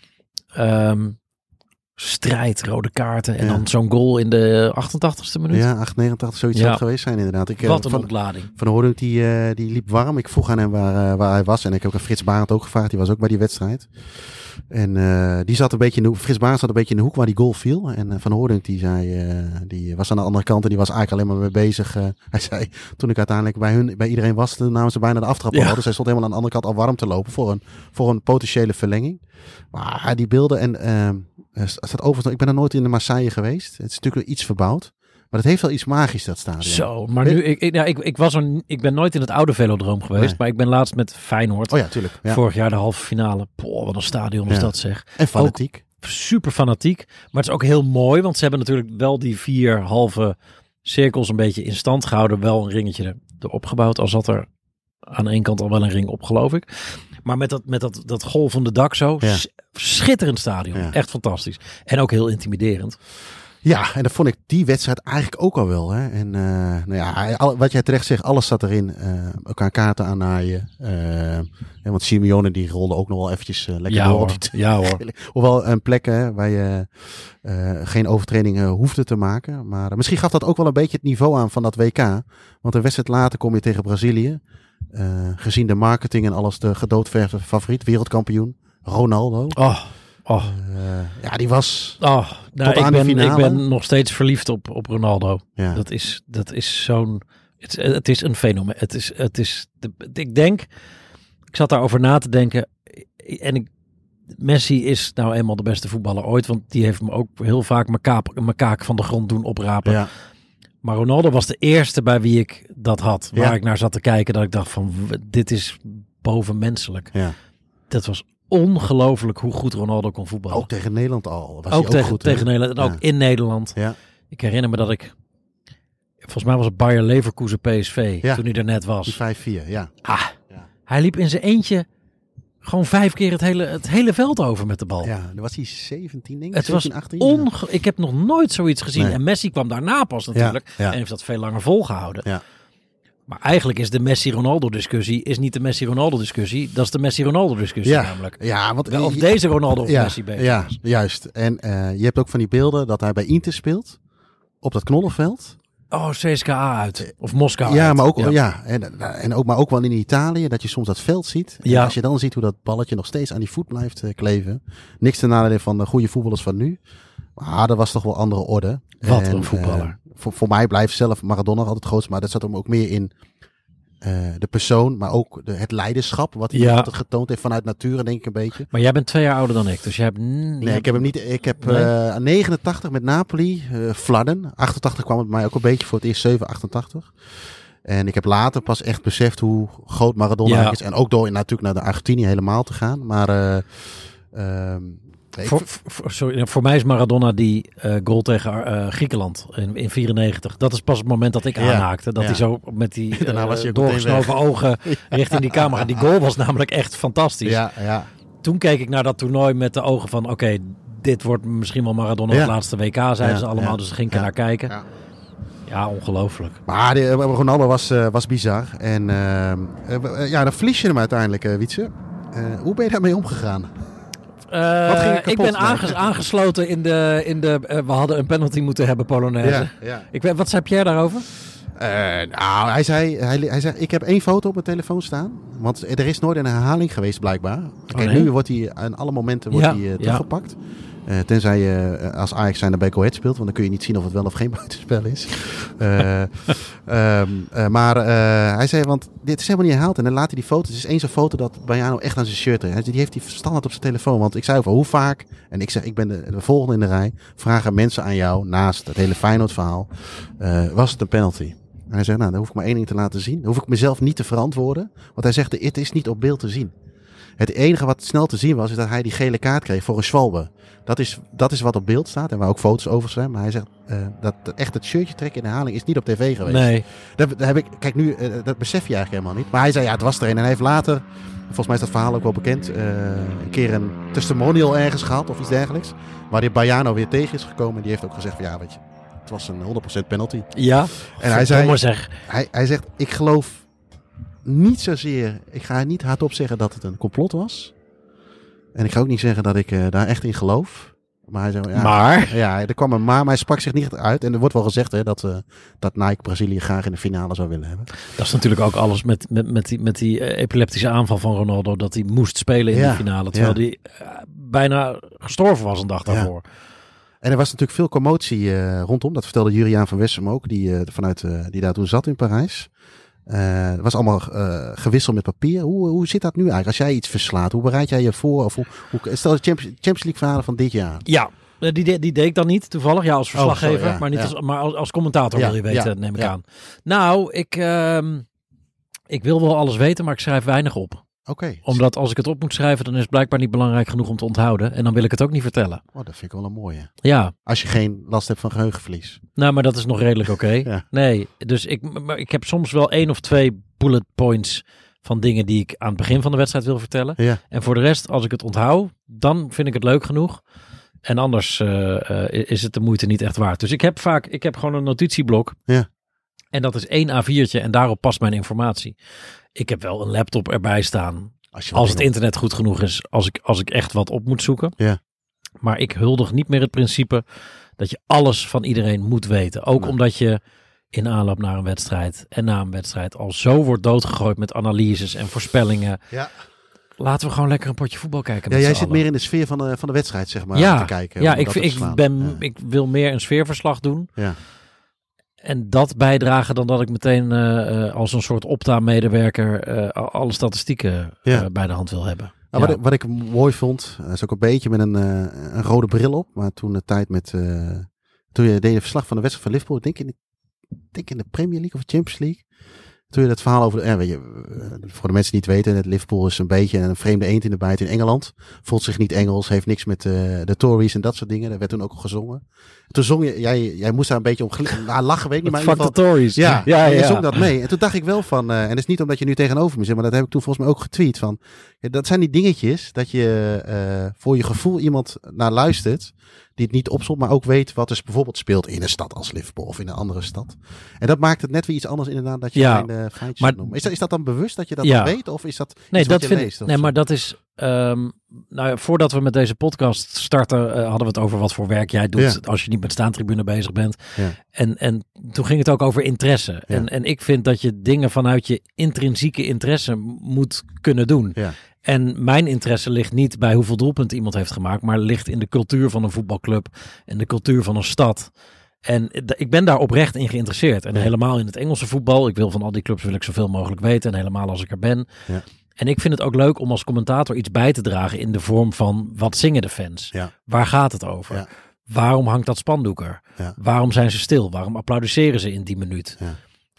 Um, strijd, rode kaarten. En ja. dan zo'n goal in de achtentachtigste minuut. Ja, acht negenentachtig, zoiets ja. zou het geweest zijn inderdaad. Ik, Wat een van, ontlading. Van Hoornik, die, uh, die liep warm. Ik vroeg aan hem waar, uh, waar hij was. En ik heb ook aan Frits Barend ook gevraagd. Die was ook bij die wedstrijd. En uh, die zat een beetje in de hoek. Frits Barend zat een beetje in de hoek waar die goal viel. En uh, Van Hoornik, die zei, uh, die was aan de andere kant en die was eigenlijk alleen maar mee bezig. Uh, hij zei, toen ik uiteindelijk bij hun, bij iedereen was, toen namen ze bijna de aftrap al. Ja. Dus hij stond helemaal aan de andere kant al warm te lopen voor een, voor een potentiële verlenging. Maar uh, die beelden en, uh, staat overigens, ik ben er nooit in de Marseille geweest. Het is natuurlijk iets verbouwd. Maar het heeft wel iets magisch, dat stadion. Zo, maar nu, ik, ik, nou, ik, ik, was er, ik ben nooit in het oude Velodroom geweest, Nee. maar ik ben laatst met Feyenoord. Oh ja, tuurlijk. Ja. Vorig jaar de halve finale. Poh, wat een stadion is Ja. dat zeg. En fanatiek. Ook super fanatiek, maar het is ook heel mooi, want ze hebben natuurlijk wel die vier halve cirkels een beetje in stand gehouden. Wel een ringetje erop gebouwd, al zat er aan één kant al wel een ring op, geloof ik. Maar met dat, met dat, dat golvende dak zo, Ja. schitterend stadion. Ja. Echt fantastisch. En ook heel intimiderend. Ja, en dat vond ik die wedstrijd eigenlijk ook al wel. Hè. En uh, nou ja, al, wat jij terecht zegt, alles zat erin. Uh, elkaar kaarten aannaaien. Uh, ja, want Simeone die rolde ook nog wel eventjes uh, lekker Ja door. hoor, Op die ja hoor. Hoewel een plek hè, waar je uh, geen overtredingen hoefde te maken. Maar uh, misschien gaf dat ook wel een beetje het niveau aan van dat W K. Want een wedstrijd later kom je tegen Brazilië. Uh, gezien de marketing en alles, de gedoodverfde favoriet, wereldkampioen, Ronaldo. Oh, oh. Uh, ja, die was oh nou, tot ik, aan ben, de finale. ik ben nog steeds verliefd op, op Ronaldo. Ja. Dat is, dat is zo'n... Het, het is een fenomeen. Het is, het is de, ik denk... Ik zat daarover na te denken. En ik, Messi is nou eenmaal de beste voetballer ooit. Want die heeft me ook heel vaak mijn kaak, mijn kaak van de grond doen oprapen. Ja. Maar Ronaldo was de eerste bij wie ik dat had. Waar Ja. ik naar zat te kijken. Dat ik dacht van, dit is bovenmenselijk. Ja. Dat was ongelooflijk hoe goed Ronaldo kon voetballen. Ook tegen Nederland al. Was ook hij tegen, ook goed, tegen hè? Nederland. En ook Ja. in Nederland. Ja. Ik herinner me dat ik... Volgens mij was het Bayer Leverkusen P S V. Ja. Toen hij er net was. Die vijf vier, ja. Ah, Ja. Hij liep in zijn eentje gewoon vijf keer het hele, het hele veld over met de bal. Ja, dan was hij zeventien, denk ik. Het was zeventien, achttien. onge... Ik heb nog nooit zoiets gezien. Nee. En Messi kwam daarna pas natuurlijk. Ja, ja. En heeft dat veel langer volgehouden. Ja. Maar eigenlijk is de Messi-Ronaldo-discussie is niet de Messi-Ronaldo-discussie. Dat is de Messi-Ronaldo-discussie Ja. namelijk. Ja, want Of deze Ronaldo of ja, Messi beter Ja, is. juist. En uh, je hebt ook van die beelden dat hij bij Inter speelt. Op dat knollenveld. Oh, C S K A uit. Of Moskou Ja, uit. maar ook, ja. Ja, en, en ook, maar ook wel in Italië. Dat je soms dat veld ziet. En Ja. als je dan ziet hoe dat balletje nog steeds aan die voet blijft uh, kleven. Niks ten nadele van de goede voetballers van nu. Maar dat was toch wel andere orde. Wat en, een voetballer. Uh, voor, voor mij blijft zelf Maradona altijd het grootste. Maar dat zat hem ook meer in uh, de persoon. Maar ook de, het leiderschap. Wat hij Ja. altijd getoond heeft vanuit nature, denk ik een beetje. Maar jij bent twee jaar ouder dan ik. Dus jij hebt... n- Nee, ik heb hem niet. Ik heb Nee? uh, negenentachtig met Napoli, uh, Fladden. achtentachtig kwam het bij mij ook een beetje voor het eerst, zeven, achtentachtig. En ik heb later pas echt beseft hoe groot Maradona Ja. is. En ook door natuurlijk naar de Argentinië helemaal te gaan. Maar uh, uh, voor, voor, sorry, voor mij is Maradona die uh, goal tegen uh, Griekenland in, in vierennegentig. Dat is pas het moment dat ik ja. aanhaakte. Dat ja. hij zo met die uh, was hij doorgesnoven ogen richting die camera. Die goal was namelijk echt fantastisch. Ja, ja. Toen keek ik naar dat toernooi met de ogen van... oké, okay, dit wordt misschien wel Maradona's ja. laatste W K, zeiden ja, ze allemaal. Ja, dus ging ik er ja, naar kijken. Ja, ja ongelooflijk. Maar die, Ronaldo was, uh, was bizar. En uh, uh, ja, dan verlies je hem uiteindelijk, uh, Wietse. Uh, hoe ben je daarmee omgegaan? Uh, Wat ging ik ben aanges- aangesloten in de... In de uh, we hadden een penalty moeten hebben, Polonaise. Ja, ja. Ik weet, wat zei Pierre daarover? Uh, nou, hij zei, hij, hij zei, ik heb één foto op mijn telefoon staan. Want er is nooit een herhaling geweest, blijkbaar. Kijk, oh, nee? Nu wordt hij aan alle momenten wordt ja, hij, uh, teruggepakt. Ja. Uh, tenzij je uh, als Ajax zijn bij Go Ahead speelt. Want dan kun je niet zien of het wel of geen buitenspel is. uh, um, uh, maar uh, hij zei, want dit is helemaal niet herhaald. En dan laat hij die foto. Het is één zo'n foto dat Baiano echt aan zijn shirt heeft. Die heeft hij standaard op zijn telefoon. Want ik zei over hoe vaak, en ik zeg, ik ben de, de volgende in de rij. Vragen mensen aan jou, naast het hele Feyenoord verhaal. Uh, was het een penalty? En hij zegt, nou, dan hoef ik maar één ding te laten zien. Dan hoef ik mezelf niet te verantwoorden. Want hij zegt, het is niet op beeld te zien. Het enige wat snel te zien was, is dat hij die gele kaart kreeg voor een Schwalbe. Dat is, dat is wat op beeld staat. En waar ook foto's over zijn. Maar hij zegt, uh, dat echt het shirtje trekken in de herhaling is niet op tv geweest. Nee. Dat, dat heb ik, kijk nu, uh, dat besef je eigenlijk helemaal niet. Maar hij zei, ja, het was er een. En hij heeft later, volgens mij is dat verhaal ook wel bekend, uh, een keer een testimonial ergens gehad of iets dergelijks. Waar die Baiano weer tegen is gekomen. En die heeft ook gezegd van, ja, weet je, het was een honderd procent penalty. Ja, en hij zei, zeg. Hij, hij zegt, ik geloof niet zozeer, ik ga niet hardop zeggen dat het een complot was. En ik ga ook niet zeggen dat ik uh, daar echt in geloof. Maar hij zei, ja, maar? Ja, er kwam een maar, maar hij sprak zich niet uit. En er wordt wel gezegd hè, dat, uh, dat Nike Brazilië graag in de finale zou willen hebben. Dat is natuurlijk ook alles met, met, met die, met die uh, epileptische aanval van Ronaldo. Dat hij moest spelen in ja, de finale. Terwijl hij ja. uh, bijna gestorven was een dag daarvoor. Ja. En er was natuurlijk veel commotie uh, rondom. Dat vertelde Juriaan van Wessem ook. Die, uh, vanuit, uh, die daar toen zat in Parijs. Uh, het was allemaal uh, gewisseld met papier. Hoe, hoe zit dat nu eigenlijk? Als jij iets verslaat, hoe bereid jij je voor? Of hoe, hoe, stel de Champions, Champions League verhalen van dit jaar. Ja, die, die, die deed ik dan niet toevallig. Ja, als verslaggever. Oh, sorry, ja, maar niet ja. als, maar als, als commentator ja, wil je weten, ja, neem ik ja. aan. Nou, ik, uh, ik wil wel alles weten, maar ik schrijf weinig op. Okay. Omdat als ik het op moet schrijven, dan is het blijkbaar niet belangrijk genoeg om te onthouden. En dan wil ik het ook niet vertellen. Oh, dat vind ik wel een mooie. Ja. Als je geen last hebt van geheugenverlies. Nou, maar dat is nog redelijk oké. Okay. ja. Nee, dus ik, maar ik heb soms wel één of twee bullet points van dingen die ik aan het begin van de wedstrijd wil vertellen. Ja. En voor de rest, als ik het onthoud, dan vind ik het leuk genoeg. En anders uh, uh, is het de moeite niet echt waard. Dus ik heb vaak, ik heb gewoon een notitieblok. Ja. En dat is één A viertje en daarop past mijn informatie. Ik heb wel een laptop erbij staan. Als, als het internet goed genoeg is. Als ik, als ik echt wat op moet zoeken. Ja. Maar ik huldig niet meer het principe dat je alles van iedereen moet weten. Ook nee. omdat je in aanloop naar een wedstrijd en na een wedstrijd al zo wordt doodgegooid met analyses en voorspellingen. Ja. Laten we gewoon lekker een potje voetbal kijken. Ja, jij zit allen. meer in de sfeer van de, van de wedstrijd, zeg maar. Ja, te kijken, ja ik, ik, ben, ja. ik wil meer een sfeerverslag doen. Ja. En dat bijdragen dan dat ik meteen uh, als een soort Opta-medewerker uh, alle statistieken ja. uh, bij de hand wil hebben. Nou, ja. wat, ik, wat ik mooi vond, is ook een beetje met een, uh, een rode bril op. Maar toen de tijd met, uh, toen je deed een verslag van de wedstrijd van Liverpool, ik denk in de, denk in de Premier League of Champions League. Toen je dat verhaal over, de, ja, weet je, voor de mensen die het weten, het Liverpool is een beetje een vreemde eend in de bijt in Engeland. Voelt zich niet Engels, heeft niks met uh, de Tories en dat soort dingen. Dat werd toen ook al gezongen. Toen zong je, jij, jij moest daar een beetje om nou, lachen, weet ik niet. Maar in ieder geval, de Tories. Ja, ja, ja, je zong dat mee. En toen dacht ik wel van, uh, en dat is niet omdat je nu tegenover me zit, maar dat heb ik toen volgens mij ook getweet van, ja, dat zijn die dingetjes dat je uh, voor je gevoel iemand naar luistert, die het niet opzomt, maar ook weet wat er bijvoorbeeld speelt in een stad als Liverpool of in een andere stad. En dat maakt het net weer iets anders inderdaad dat je ja, alleen de feitjes maar, noemt. Is dat, is dat dan bewust dat je dat ja. dan weet? Of is dat nee, iets dat wat je vind leest? Ik, nee, zo? maar dat is... Um, nou ja, voordat we met deze podcast starten, uh, hadden we het over wat voor werk jij doet ja. als je niet met staantribune bezig bent. Ja. En, en toen ging het ook over interesse. Ja. En, en ik vind dat je dingen vanuit je intrinsieke interesse moet kunnen doen. Ja. En mijn interesse ligt niet bij hoeveel doelpunten iemand heeft gemaakt, maar ligt in de cultuur van een voetbalclub en de cultuur van een stad. En ik ben daar oprecht in geïnteresseerd. En ja. helemaal in het Engelse voetbal. Ik wil van al die clubs wil ik zoveel mogelijk weten. En helemaal als ik er ben. Ja. En ik vind het ook leuk om als commentator iets bij te dragen in de vorm van wat zingen de fans? Ja. Waar gaat het over? Ja. Waarom hangt dat spandoek er? Ja. Waarom zijn ze stil? Waarom applaudisseren ze in die minuut? Ja.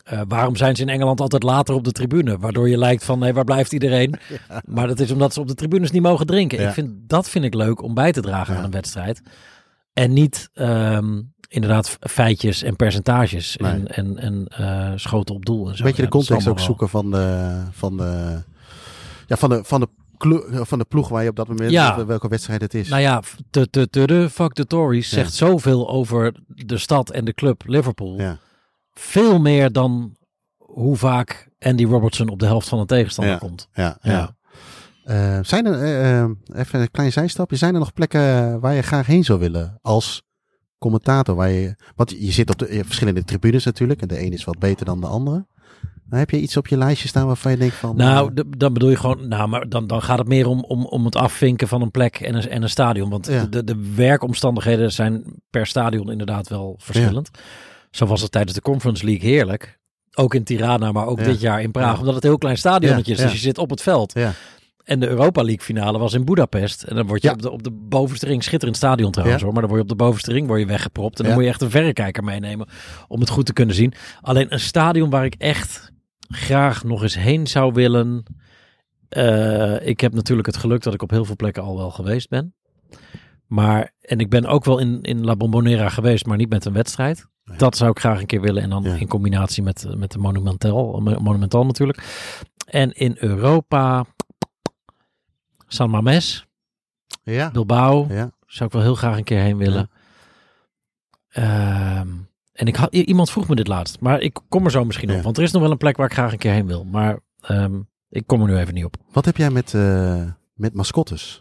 Uh, waarom zijn ze in Engeland altijd later op de tribune? Waardoor je lijkt van, nee, waar blijft iedereen? Ja. Maar dat is omdat ze op de tribunes niet mogen drinken. Ja. Ik vind, dat vind ik leuk om bij te dragen ja. aan een wedstrijd. En niet um, inderdaad feitjes en percentages nee. en, en, en uh, schoten op doel. En zo. Een beetje ja, de context ook wel. zoeken van de, van de, ja, van de, van de Klo- van de ploeg waar je op dat moment, ja. welke wedstrijd het is. Nou ja, te, te, te de fuck the Tories ja. zegt zoveel over de stad en de club Liverpool. Ja. Veel meer dan hoe vaak Andy Robertson op de helft van de tegenstander ja. komt. Ja, ja. ja. Uh, zijn er, uh, uh, even een klein zijstapje, zijn er nog plekken waar je graag heen zou willen als commentator? Waar je, want je zit op de je verschillende tribunes natuurlijk en de een is wat beter dan de andere. Maar heb je iets op je lijstje staan waarvan je denkt van... Nou, uh, dan bedoel je gewoon... Nou, maar dan, dan gaat het meer om, om, om het afvinken van een plek en een, en een stadion. Want ja. de, de werkomstandigheden zijn per stadion inderdaad wel verschillend. Ja. Zo was het tijdens de Conference League heerlijk. Ook in Tirana, maar ook ja. dit jaar in Praag. Ja. Omdat het een heel klein stadionnetje is. Ja. Dus je zit op het veld. Ja. En de Europa League finale was in Budapest. En dan word je ja. op, de, op de bovenste ring... Schitterend stadion trouwens ja. hoor. Maar dan word je op de bovenste ring word je weggepropt. En dan ja. moet je echt een verrekijker meenemen om het goed te kunnen zien. Alleen een stadion waar ik echt... graag nog eens heen zou willen. Uh, ik heb natuurlijk het geluk dat ik op heel veel plekken al wel geweest ben. Maar, en ik ben ook wel in, in La Bombonera geweest, maar niet met een wedstrijd. Nee. Dat zou ik graag een keer willen. En dan ja. in combinatie met, met de Monumental, Monumental natuurlijk. En in Europa, San Mamés, ja. Bilbao, ja. zou ik wel heel graag een keer heen willen. Ja. Uh, En ik had, iemand vroeg me dit laatst, maar ik kom er zo misschien ja. op. Want er is nog wel een plek waar ik graag een keer heen wil. Maar um, ik kom er nu even niet op. Wat heb jij met, uh, met mascottes?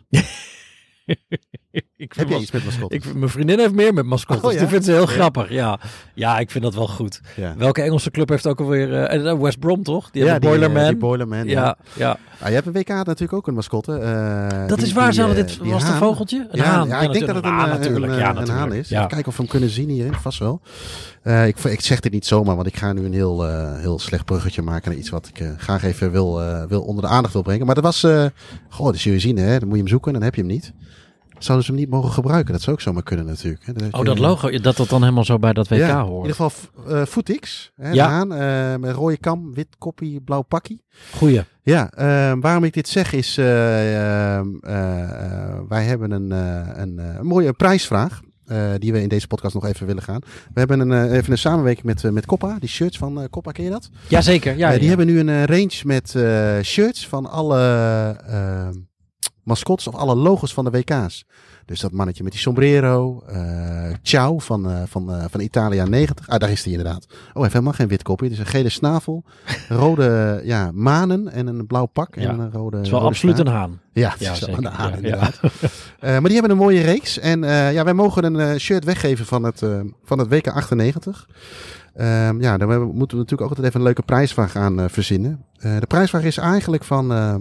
ik heb jij iets met mascottes? Ik, mijn vriendin heeft meer met mascottes. Oh, ja? Die vindt ze heel ja. grappig. Ja. ja, ik vind dat wel goed. Ja. Welke Engelse club heeft ook alweer... Uh, West Brom, toch? Die ja, hebben die, Boilerman. Uh, die Boilerman, ja. ja. ja. Ah, je hebt een W K natuurlijk ook een mascotte. Uh, dat die, is waar, die, uh, die, dit was het een vogeltje? Een ja, haan. Ja, ja, ik denk dat het een, haan, een, natuurlijk. een, Ja, een natuurlijk. haan is. Ja. Even kijken of we hem kunnen zien hierin, vast wel. Uh, ik, ik zeg dit niet zomaar, want ik ga nu een heel, uh, heel slecht bruggetje maken naar iets wat ik uh, graag even wil, uh, wil onder de aandacht wil brengen. Maar dat was, uh, goh, dat zul je zien, hè. Dan moet je hem zoeken en dan heb je hem niet. Zouden ze hem niet mogen gebruiken? Dat zou ook zomaar kunnen natuurlijk. Hè. Dat oh, je, dat logo, dat dat dan helemaal zo bij dat W K ja, hoort. In ieder geval uh, Footix, hè, ja. aan, uh, met rode kam, wit koppie, blauw pakkie. Goeie. Ja, uh, waarom ik dit zeg is, uh, uh, uh, wij hebben een, uh, een, uh, een mooie prijsvraag. Uh, die we in deze podcast nog even willen gaan. We hebben een, uh, even een samenwerking met, uh, met Coppa. Die shirts van uh, Coppa, ken je dat? Jazeker. Ja, uh, die ja. hebben nu een uh, range met uh, shirts van alle uh, mascottes of alle logos van de W K's. Dus dat mannetje met die sombrero. Uh, Ciao van, uh, van, uh, van Italia negentig. Ah, daar is die inderdaad. Oh, hij heeft helemaal geen wit kopje. Het is een gele snavel. Rode ja, manen en een blauw pak. Ja. En een rode, het is wel rode absoluut staart. een haan. Ja, het ja, is zeker. een haan ja, inderdaad. Ja. uh, maar die hebben een mooie reeks. En uh, ja, wij mogen een uh, shirt weggeven van het, uh, van het W K achtennegentig. Uh, ja, dan moeten we natuurlijk ook altijd even een leuke prijsvraag aan uh, verzinnen. Uh, de prijsvraag is eigenlijk van... Uh,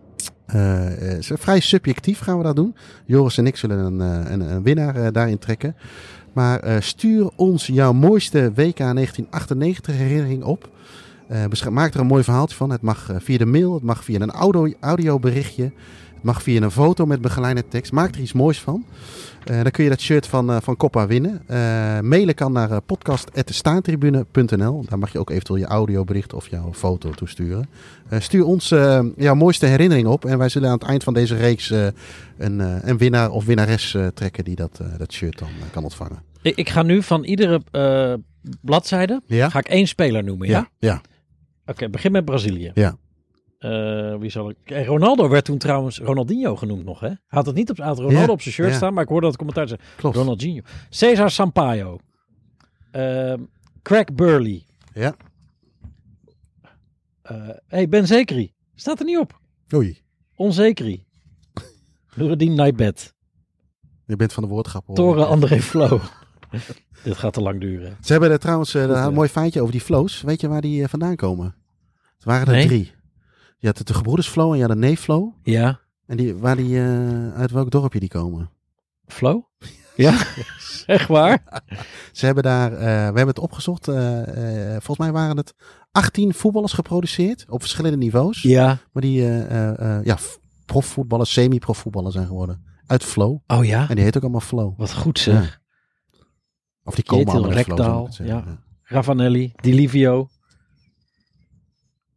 Uh, uh, vrij subjectief gaan we dat doen. Joris en ik zullen een, uh, een, een winnaar uh, daarin trekken. Maar uh, stuur ons jouw mooiste W K negentien achtennegentig herinnering op. Uh, maak er een mooi verhaaltje van. Het mag uh, via de mail, het mag via een audio, audioberichtje. Het mag via een foto met begeleide tekst. Maak er iets moois van. Uh, dan kun je dat shirt van, uh, van Coppa winnen. Uh, mailen kan naar uh, podcast apenstaartje staantribune punt n l. Daar mag je ook eventueel je audiobericht of jouw foto toesturen. Uh, stuur ons uh, jouw mooiste herinnering op. En wij zullen aan het eind van deze reeks uh, een, uh, een winnaar of winnares uh, trekken die dat, uh, dat shirt dan uh, kan ontvangen. Ik, ik ga nu van iedere uh, bladzijde ja? ga ik één speler noemen. Ja. Ja. ja. Oké, okay, begin met Brazilië. Ja. Uh, wie zal ik... En Ronaldo werd toen trouwens Ronaldinho genoemd nog, hè? Hij had het niet op, had Ronaldo ja, op zijn shirt ja. staan, maar ik hoorde dat het commentaar zei. Klopt. Ronaldinho. Cesar Sampaio. Uh, Craig Burley. Ja. Uh, hey, Ben Zekri. Staat er niet op. Oei. Onzekri. Noureddin Naibet. Je bent van de woordgrap. Hoor. Toren André Flo. Dit gaat te lang duren. Ze hebben er trouwens uh, Goed, een mooi feitje over die flows. Weet je waar die uh, vandaan komen? Het waren er nee. drie. Je had de gebroeders Flo en je had een neef Flo. Ja. En die, waar die, uh, uit welk dorpje die komen? Flo? Ja, echt waar? Ze hebben daar, uh, we hebben het opgezocht. Uh, uh, volgens mij waren het achttien voetballers geproduceerd op verschillende niveaus. Ja. Maar die uh, uh, uh, ja, profvoetballers, semi-profvoetballers zijn geworden. Uit Flo. Oh ja? En die heet ook allemaal Flo. Wat goed zeg. Ja. Of die komen Ketil, allemaal uit Rekdal, Flo. Ja. Ja. Ravanelli, Di Livio.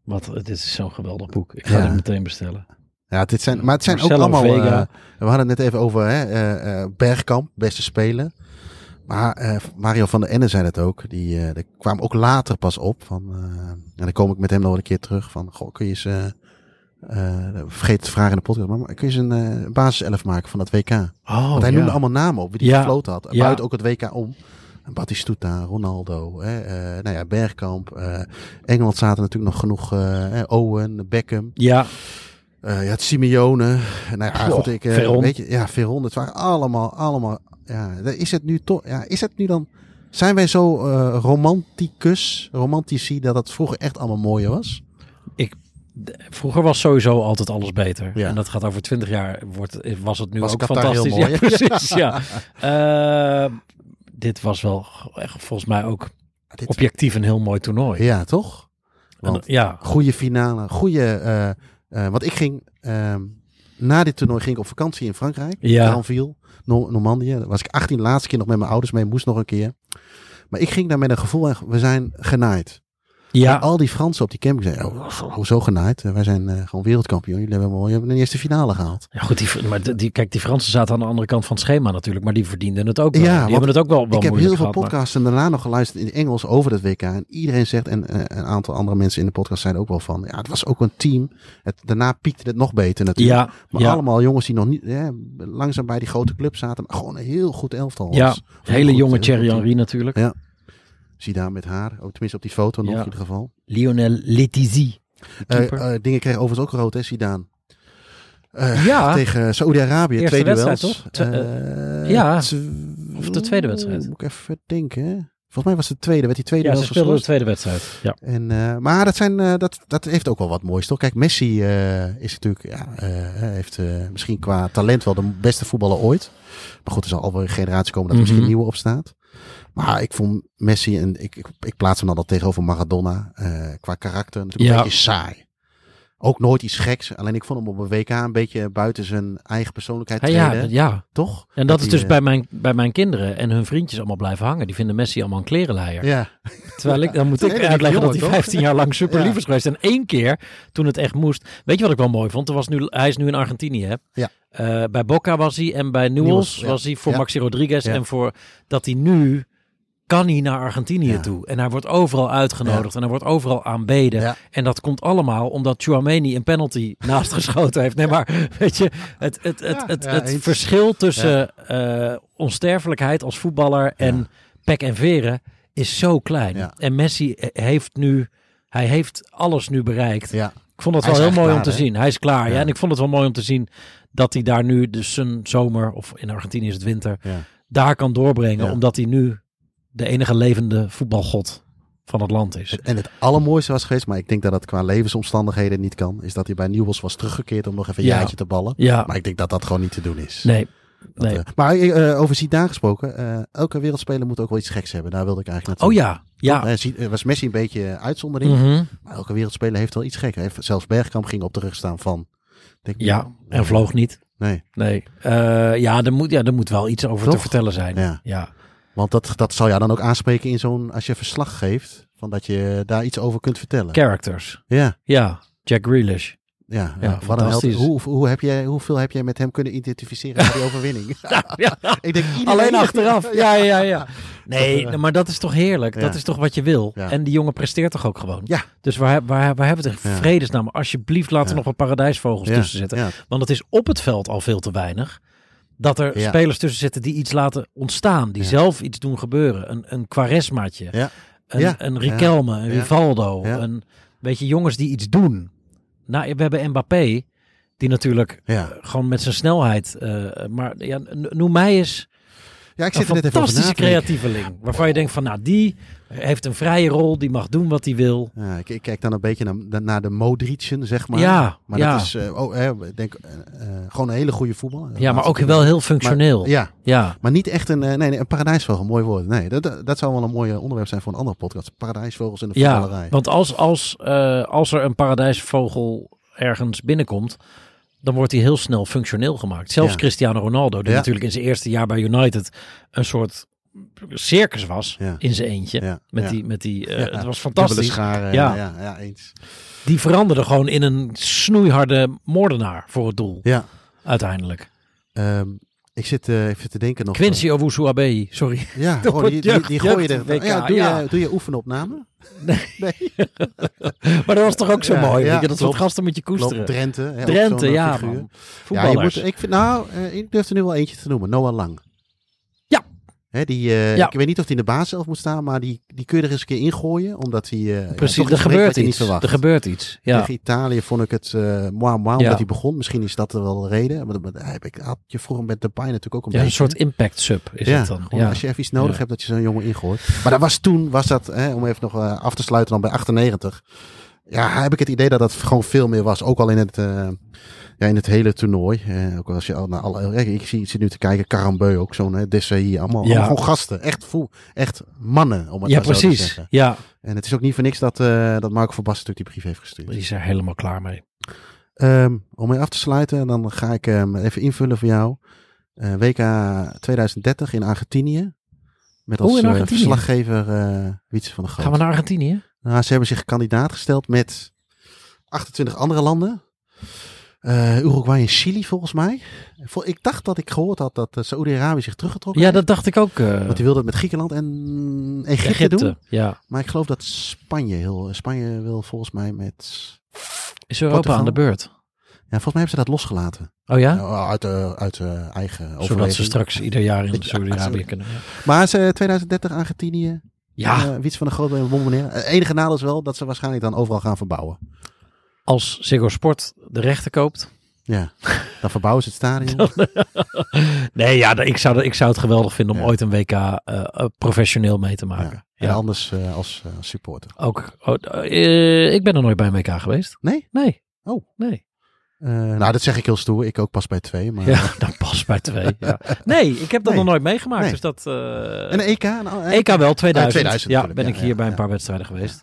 Wat, dit is zo'n geweldig boek. Ik ga Ja. het meteen bestellen. Ja, dit zijn, maar het zijn Marcelo ook allemaal... Vega. Uh, we hadden het net even over hè, uh, uh, Bergkamp, beste speler. Maar uh, Mario van der Ende zei het ook. Die, uh, die kwam ook later pas op. Van, uh, en dan kom ik met hem nog een keer terug. Van, goh, kun je eens... Uh, uh, vergeet te vragen in de podcast. Maar kun je eens een uh, basiself maken van dat W K? Oh, Want hij ja. noemde allemaal namen op wie die Ja. gefloten had. Ja. Buiten ook het W K om. Batistuta, Ronaldo, hè, uh, nou ja, Bergkamp. Uh, Engeland zaten natuurlijk nog genoeg. Uh, Owen, Beckham. Ja. Uh, ja, het Simeone. Nou ja, Goh, goed, ik, uh, Veron. weet je, ja, Veron. Het waren allemaal, allemaal. Ja, is het nu toch? Ja, is het nu dan? Zijn wij zo uh, romanticus, romantici dat het vroeger echt allemaal mooier was? Ik, d- vroeger was sowieso altijd alles beter. Ja. En dat gaat over twintig jaar. Wordt, was het nu Was ook Qatar fantastisch. heel mooi, Ja, hè? precies. Ja. Uh, dit was wel echt, volgens mij ook Dit, objectief een heel mooi toernooi. ja, toch? En, Want ja. goede finale, goede. Uh, uh, want ik ging uh, na dit toernooi ging ik op vakantie in Frankrijk. Ja. Granville, no- Normandië. Daar was ik achttien, de laatste keer nog met mijn ouders mee. Moest nog een keer. Maar ik ging daar met een gevoel. We zijn genaaid. Ja. En al die Fransen op die camping zeiden, oh, hoezo genaaid? Wij zijn uh, gewoon wereldkampioen. Jullie hebben, wel, je hebt de eerste finale gehaald. Ja, goed, die, maar die, kijk, die Fransen zaten aan de andere kant van het schema natuurlijk, maar die verdienden het ook wel. Ja, die want hebben het ook wel, wel ik heb heel moeilijk veel gehad, maar- podcasts en daarna nog geluisterd in het Engels over het W K. En iedereen zegt, en uh, een aantal andere mensen in de podcast zeiden ook wel van, ja, het was ook een team. Het, daarna piekte het nog beter natuurlijk. Ja, maar ja. allemaal jongens die nog niet ja, langzaam bij die grote club zaten, maar gewoon een heel goed elftal. Ja, was. hele Goed, jonge heel Thierry goed Henry natuurlijk. Ja. Zie daar met haar, ook tenminste op die foto nog Ja. in ieder geval. Lionel Letizy. Uh, uh, dingen kreeg overigens ook rood, hè, Zidane. Uh, Ja. Tegen Saoedi-Arabië, Eerste twee wedstrijd, duels. toch? Twe- Uh, ja. tw- Of de tweede wedstrijd. Moet ik even denken. Hè? Volgens mij was het de tweede, werd die tweede Ja, wel ze speelden de geschorst. tweede wedstrijd. Ja. En, uh, maar dat, zijn, uh, dat, dat heeft ook wel wat moois, toch? Kijk, Messi uh, is natuurlijk, ja, uh, heeft uh, misschien qua talent wel de beste voetballer ooit. Maar goed, er zal alweer een generatie komen dat er Mhm. misschien een nieuwe opstaat. Maar ik vond Messi, en ik, ik, ik plaats hem dan al tegenover Maradona, uh, qua karakter natuurlijk Ja. een beetje saai. Ook nooit iets geks. Alleen ik vond hem op een W K een beetje buiten zijn eigen persoonlijkheid Ja, treden. ja, ja. Toch? En dat is hij, dus uh, bij mijn, bij mijn kinderen en hun vriendjes allemaal blijven hangen. Die vinden Messi allemaal een klerenleier. Ja. Terwijl ik, dan moet Het ik is een hele uitleggen dat lieve hij jongen, vijftien jaar lang super lief Ja. is geweest. En één keer, toen het echt moest. Weet je wat ik wel mooi vond? Er was nu, hij is nu in Argentinië. Hè? Ja. Uh, bij Boca was hij en bij Newell's Newell's, ja. was hij voor Ja. Maxi Rodriguez. Ja. En voor dat hij nu kan hij naar Argentinië Ja. toe. En hij wordt overal uitgenodigd en hij wordt overal aanbeden. Ja. En dat komt allemaal omdat Tchouaméni een penalty naast geschoten heeft. Nee, maar weet je, het, het, het, het, Ja, het eens. verschil tussen uh, onsterfelijkheid als voetballer en Ja. pek en veren is zo klein. Ja. En Messi heeft nu, hij heeft alles nu bereikt. Ja. Ik vond het Hij wel is heel echt mooi om klaar, te hè? zien. Hij is klaar, ja. Ja. En ik vond het wel mooi om te zien dat hij daar nu dus zijn zomer, of in Argentinië is het winter, Ja. daar kan doorbrengen. Ja. Omdat hij nu de enige levende voetbalgod van het land is. En het allermooiste was geweest, maar ik denk dat dat qua levensomstandigheden niet kan, is dat hij bij Newell's was teruggekeerd om nog even een Ja. jaartje te ballen. Ja, Maar ik denk dat dat gewoon niet te doen is. nee. Dat, nee. uh, maar uh, over Zidane gesproken, uh, elke wereldspeler moet ook wel iets geks hebben. Daar wilde ik eigenlijk Oh naartoe. ja, ja. Toch? Uh, Zi- uh, was Messi een beetje uitzondering, Mhm. maar elke wereldspeler heeft wel iets geks. Hij heeft, zelfs Bergkamp ging op de rug staan van... Denk, Ja, en vloog niet. Nee, Nee. Uh, ja, er moet, ja, er moet wel iets over Toch? te vertellen zijn. Ja. ja. want dat, dat zal jou dan ook aanspreken in zo'n... Als je verslag geeft, van dat je daar iets over kunt vertellen. Characters. Ja, Ja, Jack Grealish. ja, Ja, ja, wat een held. fantastisch. Hoe, hoe heb jij, hoeveel heb jij met hem kunnen identificeren bij die overwinning? Ja. Ik denk iedereen... Alleen achteraf. Ja, ja, ja. Nee, Dat, uh, maar dat is toch heerlijk. ja. Dat is toch wat je wil. Ja. En die jongen presteert toch ook gewoon. Ja. Dus waar, waar, waar hebben we het in Ja. vredesnaam? Alsjeblieft, laten we Ja. nog wat paradijsvogels Ja, tussen zitten. ja. Want het is op het veld al veel te weinig. Dat er Ja. spelers tussen zitten die iets laten ontstaan. Die Ja. zelf iets doen gebeuren. Een, een Quaresmaatje. Ja. Een, Ja. een Riquelme. Een Ja. Rivaldo. Ja. Een, weet je, jongens die iets doen. Nou, we hebben Mbappé. Die natuurlijk Ja. gewoon met zijn snelheid. Uh, maar ja, n- noem mij eens Ja, ik een zit er net even over na fantastische te denken. creatieveling. Waarvan je denkt van, nou, die heeft een vrije rol. Die mag doen wat hij wil. Ja, ik, ik kijk dan een beetje naar, naar de Modric'en, zeg maar. Ja, maar ja. dat is uh, oh, eh, ik denk, uh, uh, gewoon een hele goede voetballer. Ja, maar ook wel heel functioneel. Maar, ja, Ja, maar niet echt een, uh, nee, nee, een paradijsvogel, mooi woord. Nee, dat, dat, dat zou wel een mooi onderwerp zijn voor een andere podcast. Paradijsvogels in de ja, voetballerij. want als, als, uh, als er een paradijsvogel ergens binnenkomt, dan wordt hij heel snel functioneel gemaakt. Zelfs Ja. Cristiano Ronaldo, die Ja. natuurlijk in zijn eerste jaar bij United een soort circus was Ja. in zijn eentje. Ja. Met Ja. die, met die, uh, Ja. het was Dubbele fantastisch. scharen. Ja. Ja. Ja, ja, eens. Die veranderde gewoon in een snoeiharde moordenaar voor het doel. Ja. Uiteindelijk. Um, ik zit uh, even te denken nog. Quincy Owusu-Abe, sorry. Ja, Op oh, het die, die, die jeugd- gooi je er. jeugd-W K, Ja, doe, ja. Je, doe je oefenopname? Nee. Nee. Maar dat was toch ook zo Ja, mooi? ja, weet je, dat soort klopt. gasten moet je koesteren. Klopt, Drenthe. Hè, ook Drenthe, zo'n, uh, ja figuur. man. Ja, je Voetballers. moet, ik vind, nou, uh, ik durf er nu wel eentje te noemen. Noah Lang. Ja. Hè, die, uh, Ja. Ik weet niet of hij in de basis moet staan, maar die, die kun je er eens een keer ingooien. Omdat hij... Uh, Precies, ja, toch er iets brengt gebeurt wat je niet iets. verwacht. Er gebeurt iets. Ja. Tegen Italië vond ik het uh, moi moi, Ja. omdat hij begon. Misschien is dat er wel de reden. Maar, maar heb ik, had je vroeger met Depay natuurlijk ook een Ja, een beetje. soort impact sub is ja, het dan. gewoon Ja. als je even iets nodig Ja. hebt dat je zo'n jongen ingooit. Maar dat was toen, was dat, hè, om even nog uh, af te sluiten dan bij achtennegentig. Ja, heb ik het idee dat dat gewoon veel meer was. Ook al in het, uh, ja, in het hele toernooi. Uh, ook als je al naar alle, ik zie, ik zit nu te kijken, Karambeu ook zo'n uh, Desailly. Allemaal, Ja. allemaal gewoon gasten. Echt, voel, echt mannen, om het Ja, maar zo te precies. zeggen. Ja, En het is ook niet voor niks dat, uh, dat Marco van Basten natuurlijk die brief heeft gestuurd. die is er helemaal klaar mee. Um, om mee af te sluiten, dan ga ik um, even invullen voor jou. Uh, W K tweeduizend dertig in Argentinië. Met als Oh, in uh, Argentinië? verslaggever uh, Wietse van der Groot. Gaan we naar Argentinië? Nou, ze hebben zich kandidaat gesteld met achtentwintig andere landen. Uh, Uruguay en Chili volgens mij. Ik dacht dat ik gehoord had dat uh, Saoedi-Arabië zich teruggetrokken Ja, heeft. dat dacht ik ook. Uh, Want die wilde het met Griekenland en Egypte, Egypte, doen. ja. Maar ik geloof dat Spanje heel... Spanje wil volgens mij met... Is Europa Portugal? aan de beurt? Ja, volgens mij hebben ze dat losgelaten. Oh ja? Uh, uit uh, uit uh, eigen Zodat overweging. ze straks ieder jaar in Ja, Saudi-Arabië sorry. kunnen. Ja. Maar ze tweeduizend dertig Argentinië. Ja. Uh, Wiets van de Groot en Bomboneren. Het enige nadeel is wel dat ze waarschijnlijk dan overal gaan verbouwen. Als Ziggo Sport de rechten koopt. Ja, dan verbouwen ze het stadion. Nee, ja, ik zou, ik zou het geweldig vinden om Ja. ooit een W K uh, professioneel mee te maken. Ja. Ja. En anders uh, als uh, supporter. Ook, oh, uh, ik ben er nooit bij een W K geweest. Nee? Nee. Oh. Nee. Uh, nou, dat zeg ik heel stoer. Ik ook pas bij twee. Maar... Ja, dan pas bij twee. Ja. Nee, ik heb dat Nee. nog nooit meegemaakt. Nee. Dus dat, uh... En een E K? Een, een E K wel, tweeduizend. Ah, tweeduizend ja, natuurlijk. ben Ja, ik hier ja, bij een ja. paar wedstrijden geweest.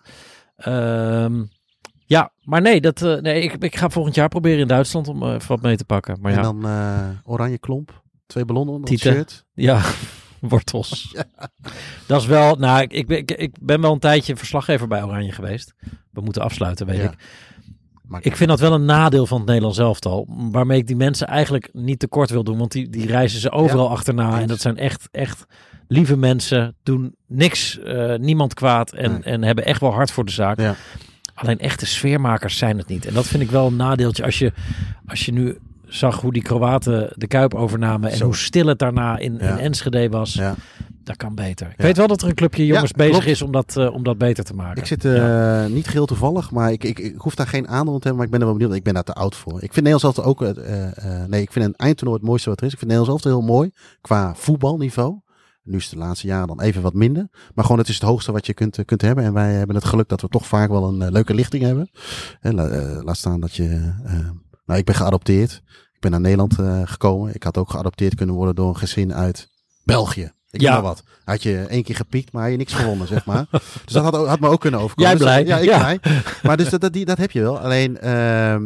Um, ja, maar nee, dat, uh, nee ik, ik ga volgend jaar proberen in Duitsland om uh, even wat mee te pakken. Maar en ja, dan uh, oranje klomp. Twee ballonnen onder het Tieten. shirt. ja, wortels. Ja. Dat is wel, nou, ik, ik, ben, ik, ik ben wel een tijdje verslaggever bij Oranje geweest. We moeten afsluiten, weet Ja. ik. Maar Ik vind dat wel een nadeel van het Nederlands elftal. Waarmee ik die mensen eigenlijk niet tekort wil doen. Want die, die reizen ze overal Ja. achterna. Eens. En dat zijn echt, echt lieve mensen. Doen niks, uh, niemand kwaad. En, Nee. en hebben echt wel hard voor de zaak. Ja. Alleen echte sfeermakers zijn het niet. En dat vind ik wel een nadeeltje. Als je, als je nu zag hoe die Kroaten de Kuip overnamen. En Zo. hoe stil het daarna in, Ja. in Enschede was. Ja. Dat kan beter. Ik Ja. weet wel dat er een clubje jongens Ja, bezig klopt. is om dat, uh, om dat beter te maken. Ik zit uh, Ja. niet geheel toevallig, maar ik, ik, ik hoef daar geen aandeel te hebben. Maar ik ben er wel benieuwd. Ik ben daar te oud voor. Ik vind Nederlands elftal ook... Uh, uh, nee, ik vind een eindtoernooi het mooiste wat er is. Ik vind Nederlands elftal heel mooi qua voetbalniveau. Nu is het de laatste jaren dan even wat minder. Maar gewoon het is het hoogste wat je kunt, kunt hebben. En wij hebben het geluk dat we toch vaak wel een uh, leuke lichting hebben. En, uh, laat staan dat je... Uh, nou, ik ben geadopteerd. Ik ben naar Nederland uh, gekomen. Ik had ook geadopteerd kunnen worden door een gezin uit België. Ik Ja. ja. wat. Had je één keer gepiekt, maar had je niks gewonnen, zeg maar. Dus dat had, had me ook kunnen overkomen. Jij blij? Dus, ja, ik Ja. blij. Maar dus dat, dat, die, dat heb je wel. Alleen, uh,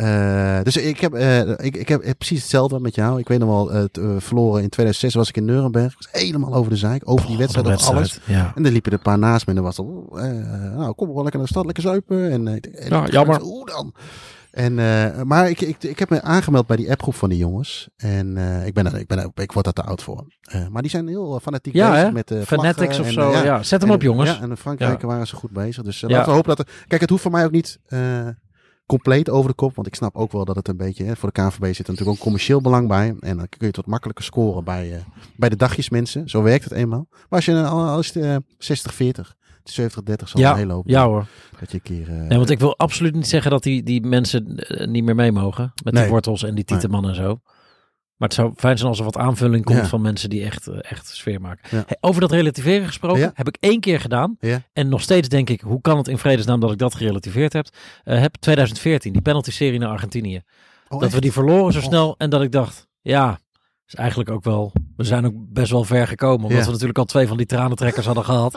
uh, dus ik heb, uh, ik, ik heb precies hetzelfde met jou. Ik weet nog wel, uh, t, uh, verloren in tweeduizend zes was ik in Nuremberg. Ik was helemaal over de zeik, over die wedstrijd, Oh, over alles. Ja. En dan liepen er een paar naast me en dan was het, uh, nou, kom wel lekker naar de stad, lekker zuipen. En, uh, en Ja, ik- jammer. Hoe dan? En, uh, maar ik, ik, ik heb me aangemeld bij die appgroep van die jongens. En uh, ik, ben er, ik, ben er, ik word daar te oud voor. Uh, maar die zijn heel fanatiek Ja, bezig hè? met de Fanatics of en, zo. uh, Ja. Zet hem en, op, jongens. Ja, en in Frankrijk Ja. waren ze goed bezig. Dus uh, Ja. laten we hopen dat... Er, kijk, het hoeft voor mij ook niet uh, compleet over de kop. Want ik snap ook wel dat het een beetje... Hè, voor de K N V B zit er natuurlijk ook commercieel belang bij. En dan kun je het wat makkelijker scoren bij, uh, bij de dagjesmensen. Zo werkt het eenmaal. Maar als je uh, als je uh, zestig veertig... zeventig dertig zal Ja, heel lopen. ja hoor. Dat je een keer... Uh, Nee, want ik wil absoluut niet zeggen dat die, die mensen uh, niet meer mee mogen. Met Nee. die wortels en die tieteman en zo. Maar het zou fijn zijn als er wat aanvulling komt Ja. van mensen die echt, uh, echt sfeer maken. Ja. Hey, over dat relativeren gesproken, Ja. heb ik één keer gedaan. Ja. En nog steeds denk ik, hoe kan het in vredesnaam dat ik dat gerelativeerd heb? Uh, heb twintig veertien, die penalty-serie naar Argentinië. oh, dat echt? we die verloren zo Oh. snel en dat ik dacht, ja, is eigenlijk ook wel, we zijn ook best wel ver gekomen. Omdat Ja. we natuurlijk al twee van die tranentrekkers hadden gehad.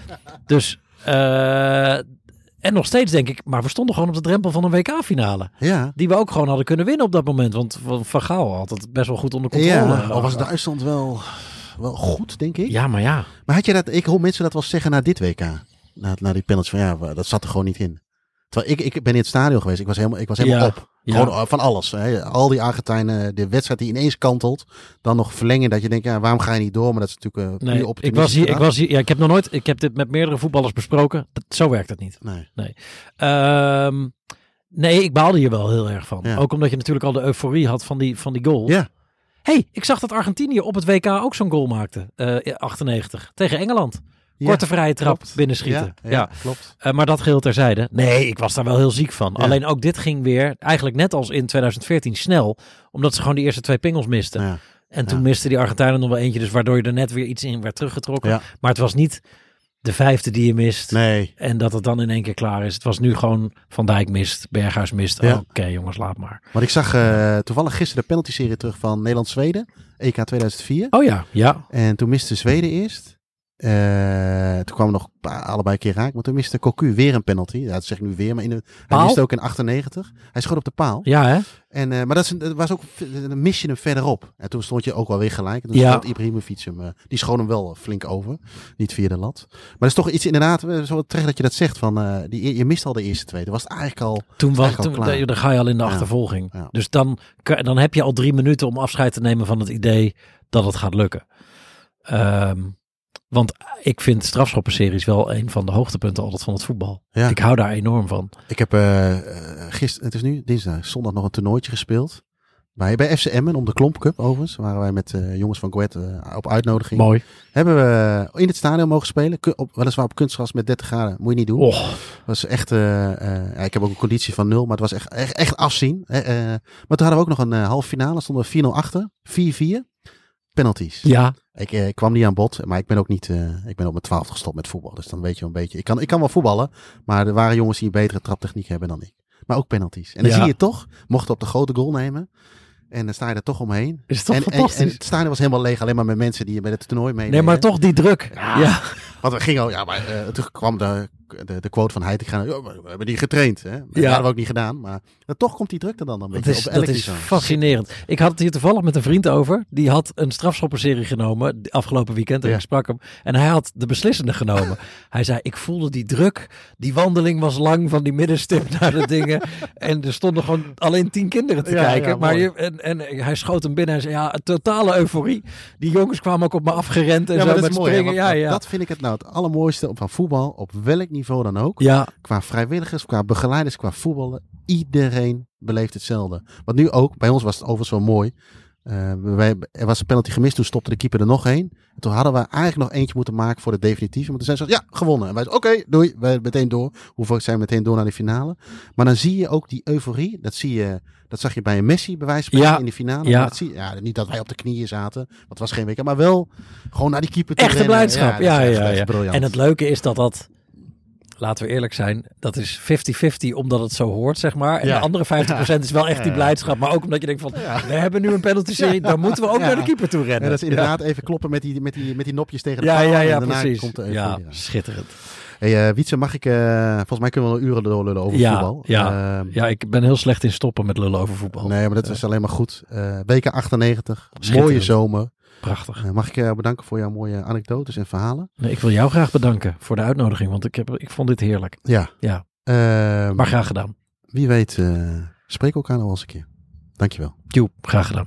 Dus, uh, en nog steeds denk ik, maar we stonden gewoon op de drempel van een W K-finale. Ja. Die we ook gewoon hadden kunnen winnen op dat moment. Want Van Gaal had het best wel goed onder controle. Ja, al was Duitsland wel... wel goed, denk ik. Ja, maar ja. Maar had je dat, ik hoor mensen dat wel zeggen na dit W K. Na, na die penalty van ja, dat zat er gewoon niet in. Terwijl ik, ik ben in het stadion geweest. Ik was helemaal, ik was helemaal Ja, op. ja. Gewoon van alles. Hè. Al die Argentijnen, de wedstrijd die ineens kantelt. Dan nog verlengen dat je denkt, ja, waarom ga je niet door? Maar dat is natuurlijk uh, Nee, ik was hier, ik was hier, ja, ik heb nog nooit, ik heb dit met meerdere voetballers besproken. Dat, zo werkt het niet. Nee. Nee. Um, nee, ik baalde hier wel heel erg van. Ja. Ook omdat je natuurlijk al de euforie had van die, van die goal. Ja. Hey, ik zag dat Argentinië op het W K ook zo'n goal maakte. Uh, achtennegentig tegen Engeland. Korte ja, vrije trap klopt. binnenschieten. Ja, ja, ja. klopt. Uh, maar dat geheel terzijde. Nee, ik was daar wel heel ziek van. Ja. Alleen ook dit ging weer, eigenlijk net als in twintig veertien, snel. Omdat ze gewoon die eerste twee pingels misten. Ja. En toen Ja. miste die Argentijnen nog wel eentje. Dus waardoor je er net weer iets in werd teruggetrokken. Ja. Maar het was niet de vijfde die je mist. Nee. En dat het dan in één keer klaar is. Het was nu gewoon Van Dijk mist, Berghuis mist. Ja. Oh, Oké okay, jongens, laat maar. Want ik zag uh, toevallig gisteren de penalty-serie terug van Nederland-Zweden. E K tweeduizend vier. Oh ja, ja. En toen miste Zweden eerst. Uh, toen kwamen we nog allebei een keer raak. Maar toen miste Cocu weer een penalty. Ja, dat zeg ik nu weer. Maar in de, hij Paal? miste ook in achtennegentig. Hij schoot op de paal. Ja hè? En, uh, maar dat, is een, dat was ook een misje hem verderop. En toen stond je ook wel weer gelijk. En toen Ja. schoot Ibrahimovic hem. Uh, die schoot hem wel flink over. Niet via de lat. Maar dat is toch iets inderdaad. Zo terecht dat je dat zegt. Van, uh, die, je mist al de eerste twee. Dat was het eigenlijk al Toen was eigenlijk toen, al klaar. dan ga je al in de Ja. achtervolging. Ja. Dus dan, dan heb je al drie minuten om afscheid te nemen van het idee dat het gaat lukken. Um, want ik vind strafschoppenseries wel een van de hoogtepunten altijd van het voetbal. Ja. Ik hou daar enorm van. Ik heb uh, gisteren, het is nu dinsdag, zondag nog een toernooitje gespeeld. Bij, bij F C Emmen om de Klomp Cup overigens. Waren wij met uh, jongens van Goed uh, op uitnodiging. Mooi. Hebben we in het stadion mogen spelen. Op, weliswaar op kunstgras met dertig graden. Moet je niet doen. Oh. Was echt, uh, uh, ja, ik heb ook een conditie van nul. Maar het was echt, echt, echt afzien. Uh, uh, maar toen hadden we ook nog een uh, halve finale. Stonden we vier nul achter. vier vier. Penalties. Ja. Ik, uh, ik kwam niet aan bod. Maar ik ben ook niet, uh, ik ben op mijn twaalfde gestopt met voetbal. Dus dan weet je wel een beetje. Ik kan, ik kan wel voetballen. Maar er waren jongens die een betere traptechniek hebben dan ik. Maar ook penalties. En dan ja. zie je toch. Mochten we op de grote goal nemen. En dan sta je er toch omheen. Is het toch en, fantastisch? En, en het stadion was helemaal leeg. Alleen maar met mensen die bij het toernooi meededen. Nee, maar toch die druk. Ja. ja. Want we gingen ook, ja, maar uh, toen kwam de, de, de quote van Heitinga. Ja, we hebben die getraind. Hè? Dat ja. hadden we ook niet gedaan. Maar uh, toch komt die druk er dan een beetje dat is, op. Dat is fascinerend. Ik had het hier toevallig met een vriend over. Die had een strafschoppenserie genomen afgelopen weekend. En ja. ik sprak hem. En hij had de beslissende genomen. Hij zei, ik voelde die druk. Die wandeling was lang van die middenstip naar de dingen. En er stonden gewoon alleen tien kinderen te ja, kijken. Ja, maar je, en, en hij schoot hem binnen en zei, ja, totale euforie. Die jongens kwamen ook op me afgerend en ja, zo maar dat met is mooi, springen. hè, Ja, want, ja. Dat vind ik het nou het allermooiste van voetbal. Op welk niveau dan ook. Ja. Qua vrijwilligers, qua begeleiders, qua voetballen. Iedereen beleeft hetzelfde. Want nu ook, bij ons was het overigens wel mooi. Uh, wij, er was een penalty gemist, toen stopte de keeper er nog één. En toen hadden we eigenlijk nog eentje moeten maken voor de definitieve. Maar toen zijn ze, ja, gewonnen. En wij zeiden, oké, okay, doei, wij meteen door. Hoeveel zijn we meteen door naar de finale. Maar dan zie je ook die euforie. Dat zie je, dat zag je bij een Messi bij wijze van ja. in de finale. Ja. Maar dat zie je, ja, niet dat wij op de knieën zaten, want het was geen week. Maar wel gewoon naar die keeper toe Echte rennen. blijdschap, ja, ja, ja, echt, ja. echt briljant. En het leuke is dat dat, laten we eerlijk zijn, dat is vijftig vijftig omdat het zo hoort, zeg maar. En ja. de andere vijftig procent is wel echt die blijdschap. Maar ook omdat je denkt van, ja. we hebben nu een penalty-serie, dan moeten we ook ja. naar de keeper toe rennen. Ja, dat is inderdaad ja. even kloppen met die, met, die, met die nopjes tegen de ja, paal. Ja, ja, en daarna precies. Komt de ja, schitterend. Hey, uh, Wietse, mag ik, uh, volgens mij kunnen we wel uren doorlullen over ja, voetbal. Ja. Uh, ja, ik ben heel slecht in stoppen met lullen over voetbal. Nee, maar dat is alleen maar goed. Uh, W K achtennegentig, mooie zomer. Prachtig. Uh, mag ik je bedanken voor jouw mooie anekdotes en verhalen? Nee, ik wil jou graag bedanken voor de uitnodiging, want ik, heb, ik vond dit heerlijk. Ja. ja. Uh, maar graag gedaan. Wie weet, uh, spreken elkaar nog wel eens een keer. Dankjewel. Joep, graag gedaan.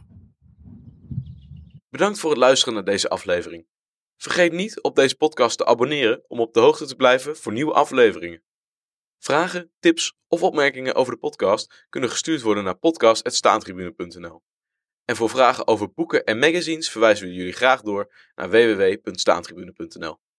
Bedankt voor het luisteren naar deze aflevering. Vergeet niet op deze podcast te abonneren om op de hoogte te blijven voor nieuwe afleveringen. Vragen, tips of opmerkingen over de podcast kunnen gestuurd worden naar podcast apenstaartje staantribune punt n l. En voor vragen over boeken en magazines verwijzen we jullie graag door naar w w w punt staantribune punt n l.